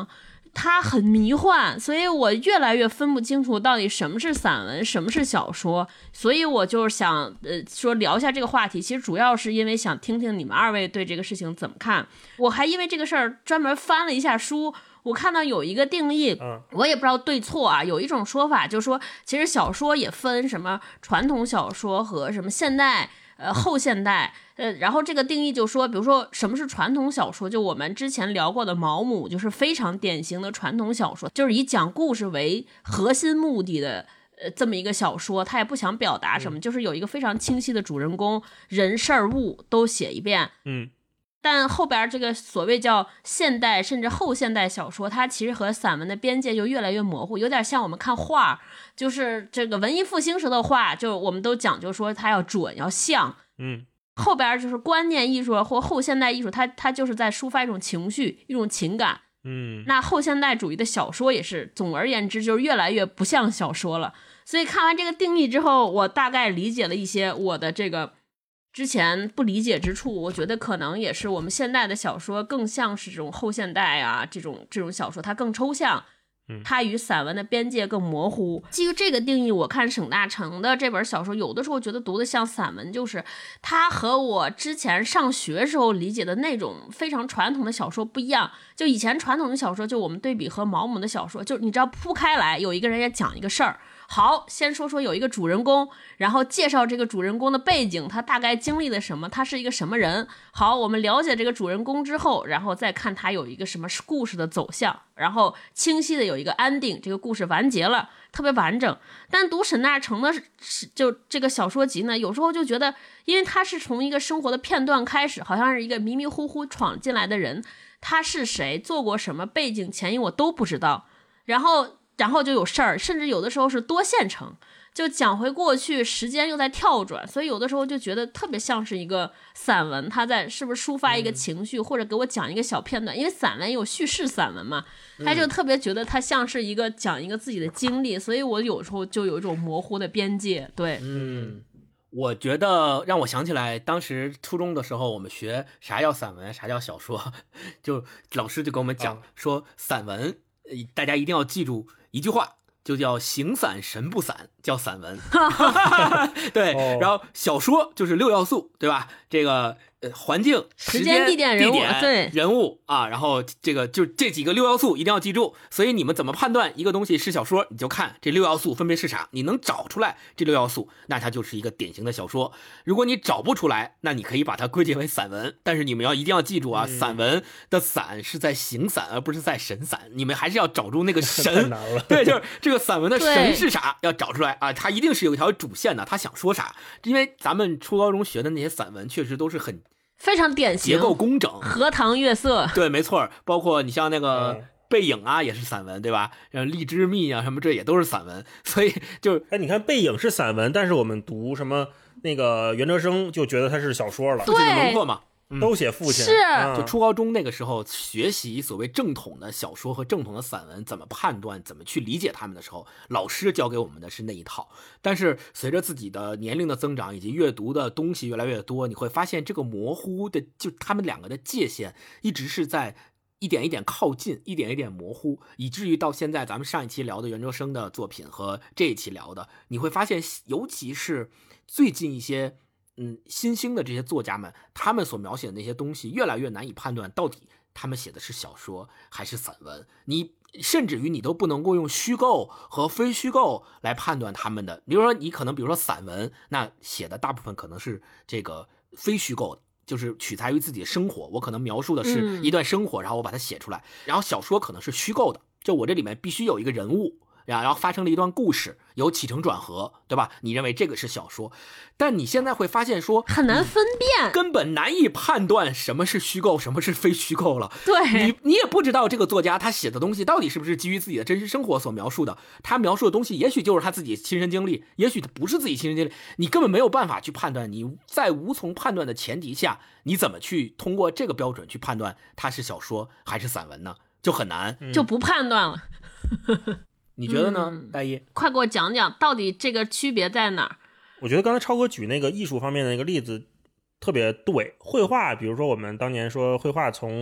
[SPEAKER 2] 它很迷幻，所以我越来越分不清楚到底什么是散文，什么是小说。所以我就是想呃说聊一下这个话题，其实主要是因为想听听你们二位对这个事情怎么看。我还因为这个事儿专门翻了一下书，我看到有一个定义，我也不知道对错啊。有一种说法就是说，其实小说也分什么传统小说和什么现代呃后现代，呃，然后这个定义就说，比如说什么是传统小说，就我们之前聊过的毛姆就是非常典型的传统小说，就是以讲故事为核心目的的呃这么一个小说，他也不想表达什么，嗯、就是有一个非常清晰的主人公，人事儿物都写一遍，
[SPEAKER 1] 嗯。
[SPEAKER 2] 但后边这个所谓叫现代甚至后现代小说，它其实和散文的边界就越来越模糊，有点像我们看画，就是这个文艺复兴时的画，就我们都讲究说它要准要像，
[SPEAKER 1] 嗯，
[SPEAKER 2] 后边就是观念艺术或后现代艺术，它它就是在抒发一种情绪一种情感，
[SPEAKER 1] 嗯，
[SPEAKER 2] 那后现代主义的小说也是，总而言之就是越来越不像小说了。所以看完这个定义之后，我大概理解了一些我的这个之前不理解之处，我觉得可能也是我们现代的小说更像是这种后现代啊，这种这种小说它更抽象，它与散文的边界更模糊。基于这个定义，我看沈大成的这本小说，有的时候觉得读的像散文，就是它和我之前上学时候理解的那种非常传统的小说不一样。就以前传统的小说，就我们对比和毛姆的小说，就你知道铺开来，有一个人也讲一个事儿。好，先说说有一个主人公，然后介绍这个主人公的背景，他大概经历了什么，他是一个什么人。好，我们了解这个主人公之后，然后再看他有一个什么故事的走向，然后清晰的有一个安定，这个故事完结了，特别完整。但读沈大成的就这个小说集呢，有时候就觉得，因为他是从一个生活的片段开始，好像是一个迷迷糊糊闯进来的人，他是谁，做过什么，背景前因我都不知道，然后然后就有事儿，甚至有的时候是多线程，就讲回过去，时间又在跳转，所以有的时候就觉得特别像是一个散文，他在是不是抒发一个情绪，嗯、或者给我讲一个小片段，因为散文有叙事散文嘛，他就特别觉得他像是一个讲一个自己的经历，所以我有时候就有一种模糊的边界。对，
[SPEAKER 3] 嗯，我觉得让我想起来，当时初中的时候，我们学啥叫散文，啥叫小说，就老师就跟我们讲、啊、说，散文大家一定要记住一句话，就叫形散神不散，叫散文。对、哦，然后小说就是六要素，对吧？这个呃环境、
[SPEAKER 2] 时间、地点、人物，对
[SPEAKER 3] 人物啊，然后这个就这几个六要素一定要记住。所以你们怎么判断一个东西是小说，你就看这六要素分别是啥。你能找出来这六要素，那它就是一个典型的小说。如果你找不出来，那你可以把它归结为散文。但是你们要一定要记住啊，嗯、散文的散是在形散，而不是在神散。你们还是要找住那个神。对，就是这个散文的神是啥，要找出来啊。它一定是有一条主线的，他想说啥。因为咱们初高中学的那些散文，确实都是很
[SPEAKER 2] 非常典型，
[SPEAKER 3] 结构工整，
[SPEAKER 2] 荷塘月色。
[SPEAKER 3] 对，没错，包括你像那个背影啊，也是散文，对吧？然后荔枝蜜啊，什么这也都是散文。所以就
[SPEAKER 1] 哎，你看背影是散文，但是我们读什么那个袁哲生就觉得它是小说了，
[SPEAKER 3] 父亲的轮廓嘛。
[SPEAKER 1] 都写父亲，
[SPEAKER 2] 是、
[SPEAKER 1] 嗯、
[SPEAKER 3] 就初高中那个时候学习所谓正统的小说和正统的散文怎么判断怎么去理解他们的时候，老师教给我们的是那一套。但是随着自己的年龄的增长以及阅读的东西越来越多，你会发现这个模糊的就他们两个的界限一直是在一点一点靠近，一点一点模糊，以至于到现在咱们上一期聊的袁哲生的作品和这一期聊的，你会发现尤其是最近一些嗯，新兴的这些作家们，他们所描写的那些东西，越来越难以判断到底他们写的是小说还是散文。你甚至于你都不能够用虚构和非虚构来判断他们的。比如说，你可能比如说散文，那写的大部分可能是这个非虚构的，就是取材于自己的生活，我可能描述的是一段生活，然后我把它写出来。然后小说可能是虚构的，就我这里面必须有一个人物。然后发生了一段故事，有起承转合，对吧？你认为这个是小说，但你现在会发现说
[SPEAKER 2] 很难分辨，
[SPEAKER 3] 根本难以判断什么是虚构，什么是非虚构了。
[SPEAKER 2] 对，
[SPEAKER 3] 你你也不知道这个作家他写的东西到底是不是基于自己的真实生活所描述的，他描述的东西也许就是他自己亲身经历，也许不是自己亲身经历，你根本没有办法去判断。你在无从判断的前提下，你怎么去通过这个标准去判断它是小说还是散文呢？就很难，
[SPEAKER 2] 就不判断了。
[SPEAKER 3] 你觉得呢，嗯、大一？
[SPEAKER 2] 快给我讲讲，到底这个区别在哪儿？
[SPEAKER 1] 我觉得刚才超哥举那个艺术方面的那个例子特别对。绘画，比如说我们当年说绘画从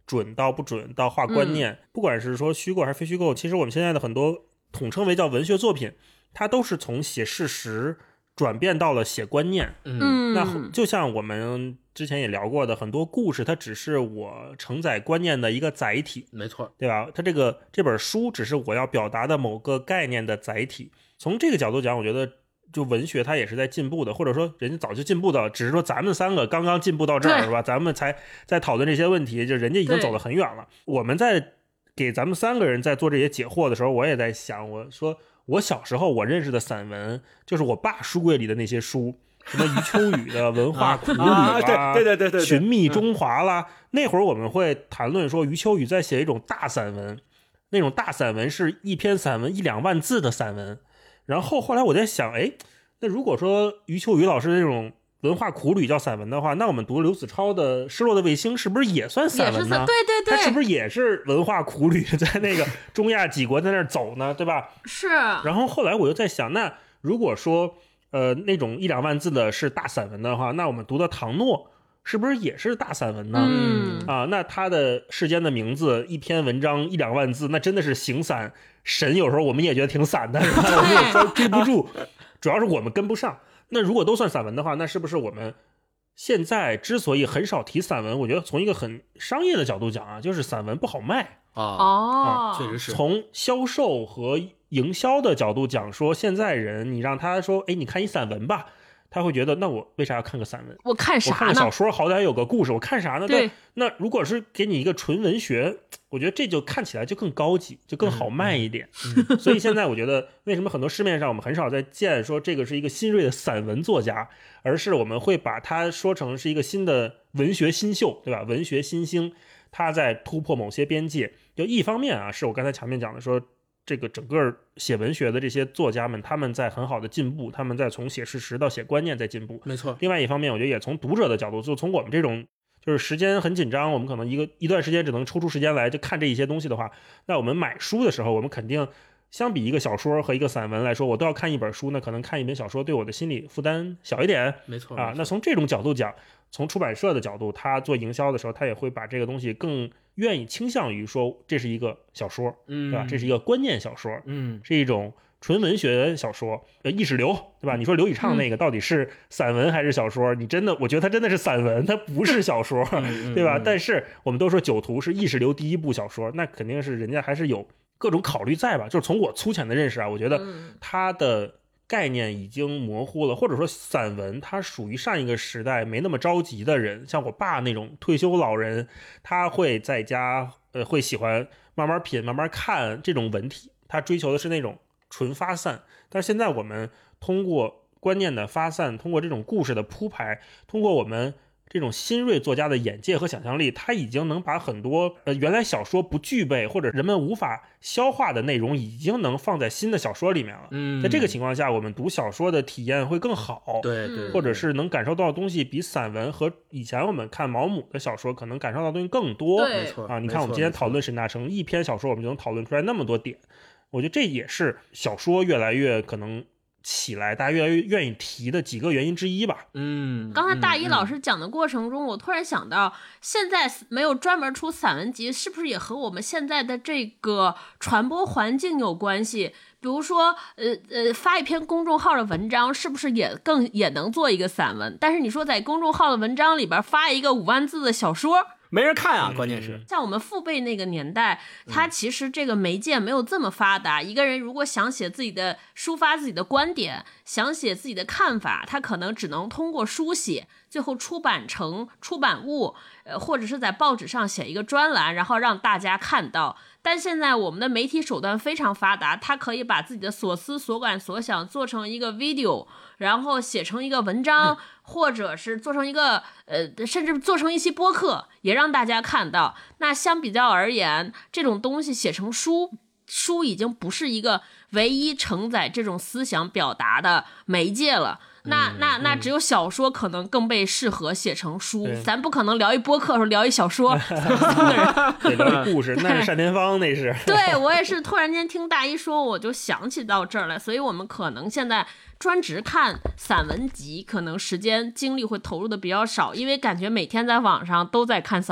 [SPEAKER 1] 准到不准到画观念、嗯、不管是说虚构还是非虚构，其实我们现在的很多统称为叫文学作品，它都是从写事实转变到了写观念。
[SPEAKER 2] 嗯，
[SPEAKER 1] 那就像我们之前也聊过的，很多故事它只是我承载观念的一个载体，
[SPEAKER 3] 没错，
[SPEAKER 1] 对吧？它这个这本书只是我要表达的某个概念的载体。从这个角度讲，我觉得就文学它也是在进步的，或者说人家早就进步到，只是说咱们三个刚刚进步到这儿，是吧？咱们才在讨论这些问题，就人家已经走得很远了。我们在给咱们三个人在做这些解惑的时候，我也在想，我说我小时候我认识的散文，就是我爸书柜里的那些书，什么余秋雨的文化苦旅啦、
[SPEAKER 3] 啊，对对对对，
[SPEAKER 1] 寻觅中华啦、嗯。那会儿我们会谈论说，余秋雨在写一种大散文，那种大散文是一篇散文一两万字的散文。然后后来我在想，哎，那如果说余秋雨老师那种文化苦旅叫散文的话，那我们读刘子超的《失落的卫星》是不是也算散文呢？
[SPEAKER 2] 对对对，
[SPEAKER 1] 他是不是也是文化苦旅，在那个中亚几国在那儿走呢？对吧？
[SPEAKER 2] 是。
[SPEAKER 1] 然后后来我又在想，那如果说呃那种一两万字的是大散文的话，那我们读的唐诺是不是也是大散文呢？
[SPEAKER 2] 嗯
[SPEAKER 1] 啊，那他的《世间的名字》一篇文章一两万字，那真的是行散神，有时候我们也觉得挺散的，是吧？我们有时候追不住，主要是我们跟不上。那如果都算散文的话，那是不是我们现在之所以很少提散文，我觉得从一个很商业的角度讲啊，就是散文不好卖
[SPEAKER 3] 啊，
[SPEAKER 2] 哦，
[SPEAKER 3] 确实是。
[SPEAKER 1] 从销售和营销的角度讲，说现在人你让他说，哎，你看一散文吧，他会觉得那我为啥要看个散文？
[SPEAKER 2] 我看啥呢？
[SPEAKER 1] 我看个小说好歹有个故事，我看啥呢？
[SPEAKER 2] 对。
[SPEAKER 1] 那如果是给你一个纯文学，我觉得这就看起来就更高级，就更好卖一点。
[SPEAKER 3] 嗯嗯、
[SPEAKER 1] 所以现在我觉得，为什么很多市面上我们很少在见说这个是一个新锐的散文作家，而是我们会把它说成是一个新的文学新秀，对吧？文学新星，他在突破某些边界。就一方面啊，是我刚才前面讲的说，这个整个写文学的这些作家们，他们在很好的进步，他们在从写事实到写观念在进步。
[SPEAKER 3] 没错。
[SPEAKER 1] 另外一方面，我觉得也从读者的角度，就从我们这种就是时间很紧张，我们可能一个一段时间只能抽出时间来就看这一些东西的话，那我们买书的时候，我们肯定相比一个小说和一个散文来说，我都要看一本书，那可能看一本小说对我的心理负担小一点。
[SPEAKER 3] 没错
[SPEAKER 1] 啊，那从这种角度讲，从出版社的角度，他做营销的时候，他也会把这个东西更愿意倾向于说这是一个小说，
[SPEAKER 3] 嗯，
[SPEAKER 1] 对吧？这是一个观念小说，
[SPEAKER 3] 嗯，
[SPEAKER 1] 是一种纯文学小说，呃，意识流，对吧？你说刘以畅那个到底是散文还是小说？嗯、你真的，我觉得他真的是散文，他不是小说，
[SPEAKER 3] 嗯、
[SPEAKER 1] 对吧？
[SPEAKER 3] 嗯、
[SPEAKER 1] 但是我们都说九图是意识流第一部小说，那肯定是人家还是有各种考虑在吧？就是从我粗浅的认识啊，我觉得他的概念已经模糊了，或者说散文它属于上一个时代没那么着急的人，像我爸那种退休老人，他会在家呃会喜欢慢慢品慢慢看这种文体，他追求的是那种纯发散。但是现在我们通过观念的发散，通过这种故事的铺排，通过我们这种新锐作家的眼界和想象力，他已经能把很多呃原来小说不具备或者人们无法消化的内容，已经能放在新的小说里面了。
[SPEAKER 3] 嗯，
[SPEAKER 1] 在这个情况下，我们读小说的体验会更好，
[SPEAKER 3] 对 对, 对，
[SPEAKER 1] 或者是能感受到的东西比散文和以前我们看毛姆的小说可能感受到的东西更多。
[SPEAKER 2] 对，
[SPEAKER 3] 没错
[SPEAKER 1] 啊，你看我们今天讨论沈大成一篇小说，我们就能讨论出来那么多点。我觉得这也是小说越来越可能起来，大家越来越愿意提的几个原因之一吧。
[SPEAKER 3] 嗯，
[SPEAKER 2] 刚才大一老师讲的过程中，嗯、我突然想到，现在没有专门出散文集，是不是也和我们现在的这个传播环境有关系？比如说，呃呃，发一篇公众号的文章，是不是也更也能做一个散文？但是你说在公众号的文章里边发一个五万字的小说，
[SPEAKER 3] 没人看啊，关键是
[SPEAKER 2] 像我们父辈那个年代，他其实这个媒介没有这么发达。一个人如果想写自己的抒发自己的观点，想写自己的看法，他可能只能通过书写，最后出版成出版物，呃，或者是在报纸上写一个专栏，然后让大家看到。但现在我们的媒体手段非常发达，他可以把自己的所思所感所想做成一个 video， 然后写成一个文章，嗯、或者是做成一个呃，甚至做成一期播客，也让大家看到。那相比较而言，这种东西写成书，书已经不是一个唯一承载这种思想表达的媒介了。那那那只有小说可能更被适合写成书，咱不可能聊一播客的时候聊一小说，
[SPEAKER 1] 得聊一故事，那是单田芳，那是。
[SPEAKER 2] 对，我也是突然间听大一说，我就想起到这儿来，所以我们可能现在专职看散文集，可能时间精力会投入的比较少，因为感觉每天在网上都在看散文。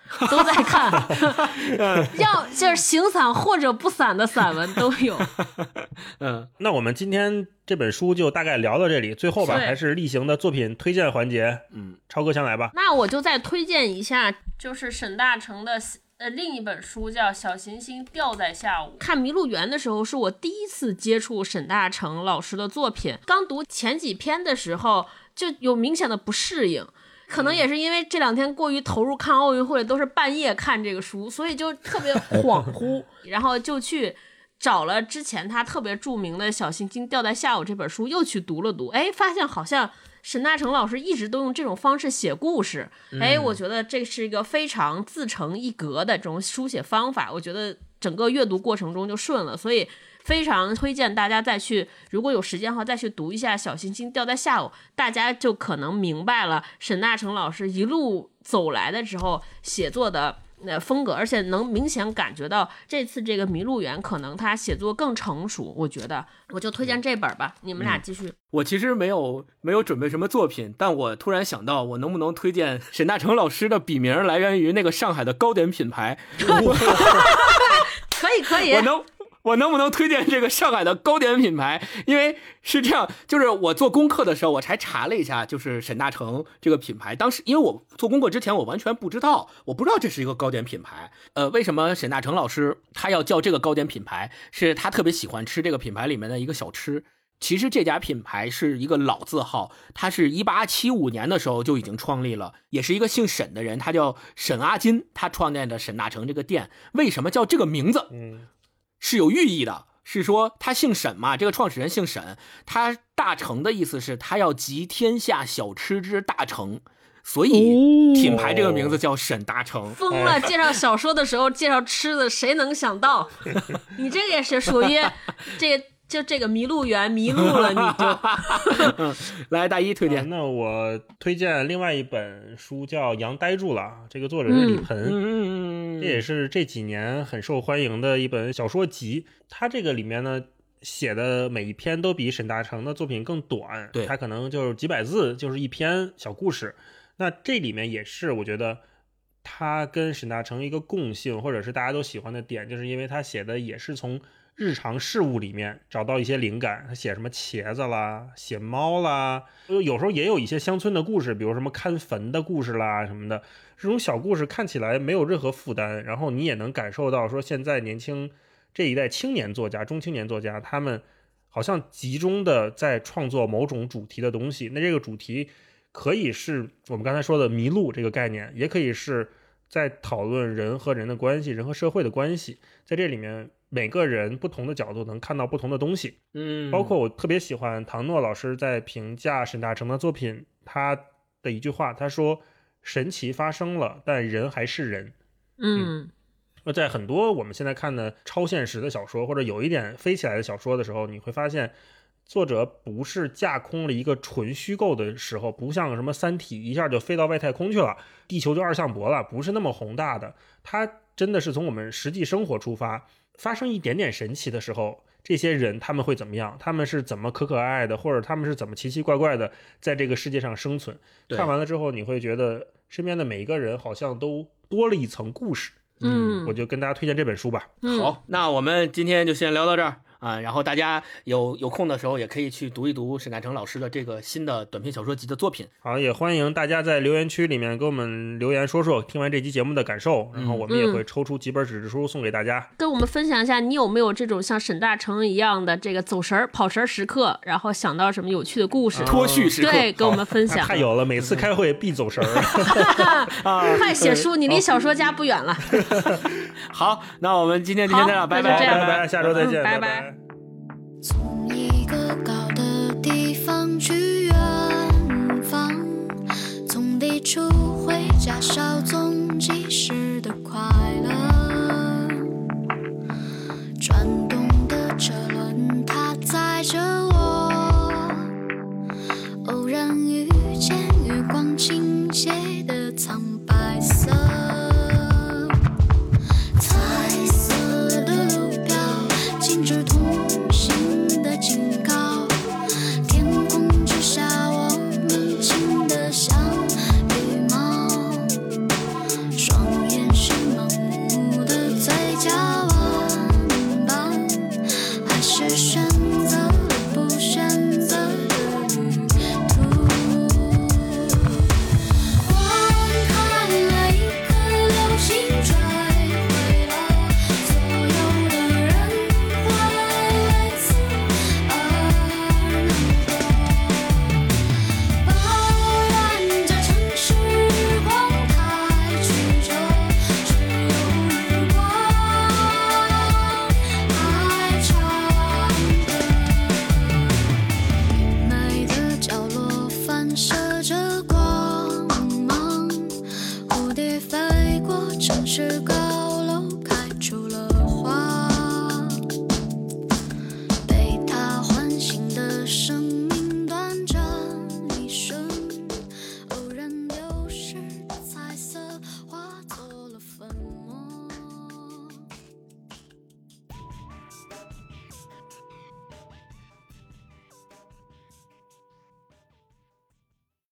[SPEAKER 2] 都在看，要就是形散或者不散的散文都有。
[SPEAKER 3] 嗯，
[SPEAKER 1] 那我们今天这本书就大概聊到这里，最后吧还是例行的作品推荐环节。嗯，超哥先来吧。
[SPEAKER 2] 那我就再推荐一下，就是沈大成的呃另一本书叫《小行星掉在下午》。看《麋鹿园》的时候，是我第一次接触沈大成老师的作品。刚读前几篇的时候，就有明显的不适应。可能也是因为这两天过于投入看奥运会，都是半夜看这个书，所以就特别恍惚，然后就去找了之前他特别著名的《小行星掉在下午》这本书，又去读了读，哎，发现好像沈大成老师一直都用这种方式写故事，哎，我觉得这是一个非常自成一格的这种书写方法，我觉得整个阅读过程中就顺了，所以非常推荐大家再去，如果有时间的话再去读一下《小行星掉在下午》，大家就可能明白了沈大成老师一路走来的时候写作的呃风格，而且能明显感觉到这次这个《麋鹿园》可能他写作更成熟，我觉得我就推荐这本吧，你们俩继续。
[SPEAKER 3] 我其实没有没有准备什么作品，但我突然想到，我能不能推荐沈大成老师的笔名来源于那个上海的糕点品牌？
[SPEAKER 2] 可以可以，
[SPEAKER 3] 我能。我能不能推荐这个上海的糕点品牌？因为是这样，就是我做功课的时候，我才查了一下，就是沈大成这个品牌。当时因为我做功课之前，我完全不知道，我不知道这是一个糕点品牌。呃，为什么沈大成老师他要叫这个糕点品牌？是他特别喜欢吃这个品牌里面的一个小吃。其实这家品牌是一个老字号，它是一八七五年的时候就已经创立了，也是一个姓沈的人，他叫沈阿金，他创建的沈大成这个店。为什么叫这个名字？嗯。是有寓意的，是说他姓沈嘛，这个创始人姓沈，他大成的意思是他要集天下小吃之大成，所以品牌这个名字叫沈大成。
[SPEAKER 2] 疯了，介绍小说的时候介绍吃的，谁能想到？你这个也是属于这个。就这个麋鹿园迷路了，你就
[SPEAKER 3] 来大一推荐、
[SPEAKER 1] 啊。那我推荐另外一本书叫《羊呆住了》，这个作者是李鹏，嗯，这也是这几年很受欢迎的一本小说集。它这个里面呢写的每一篇都比沈大成的作品更短，
[SPEAKER 3] 对，
[SPEAKER 1] 它可能就是几百字，就是一篇小故事。那这里面也是我觉得它跟沈大成一个共性，或者是大家都喜欢的点，就是因为他写的也是从日常事物里面找到一些灵感，他写什么茄子啦，写猫啦，有时候也有一些乡村的故事，比如什么看坟的故事啦什么的。这种小故事看起来没有任何负担，然后你也能感受到说现在年轻这一代青年作家、中青年作家，他们好像集中的在创作某种主题的东西。那这个主题可以是我们刚才说的麋鹿这个概念，也可以是在讨论人和人的关系，人和社会的关系。在这里面每个人不同的角度能看到不同的东西，嗯，包括我特别喜欢唐诺老师在评价沈大成的作品，他的一句话，他说神奇发生了，但人还是人。
[SPEAKER 2] 嗯，
[SPEAKER 1] 那、嗯、在很多我们现在看的超现实的小说，或者有一点飞起来的小说的时候，你会发现作者不是架空了一个纯虚构的时候，不像什么三体一下就飞到外太空去了，地球就二向箔了，不是那么宏大的，它真的是从我们实际生活出发，发生一点点神奇的时候，这些人他们会怎么样，他们是怎么可可爱爱的，或者他们是怎么奇奇怪怪的在这个世界上生存。看完了之后你会觉得身边的每一个人好像都多了一层故事。
[SPEAKER 2] 嗯，
[SPEAKER 1] 我就跟大家推荐这本书吧。
[SPEAKER 2] 嗯、
[SPEAKER 3] 好，那我们今天就先聊到这儿啊，然后大家有有空的时候也可以去读一读沈大成老师的这个新的短篇小说集的作品。
[SPEAKER 1] 好，也欢迎大家在留言区里面给我们留言说说听完这期节目的感受，然后我们也会抽出几本纸质书送给大家、
[SPEAKER 2] 嗯、跟我们分享一下你有没有这种像沈大成一样的这个走神跑神时刻，然后想到什么有趣的故事、
[SPEAKER 3] 嗯、脱序时刻，
[SPEAKER 2] 对，跟我们分享。
[SPEAKER 1] 太有了，每次开会必走神
[SPEAKER 2] 快写书，你离小说家不远了。
[SPEAKER 3] 好，那我们今天就先这样，拜拜，
[SPEAKER 1] 拜拜，下周再见，
[SPEAKER 2] 嗯、拜
[SPEAKER 1] 拜拜。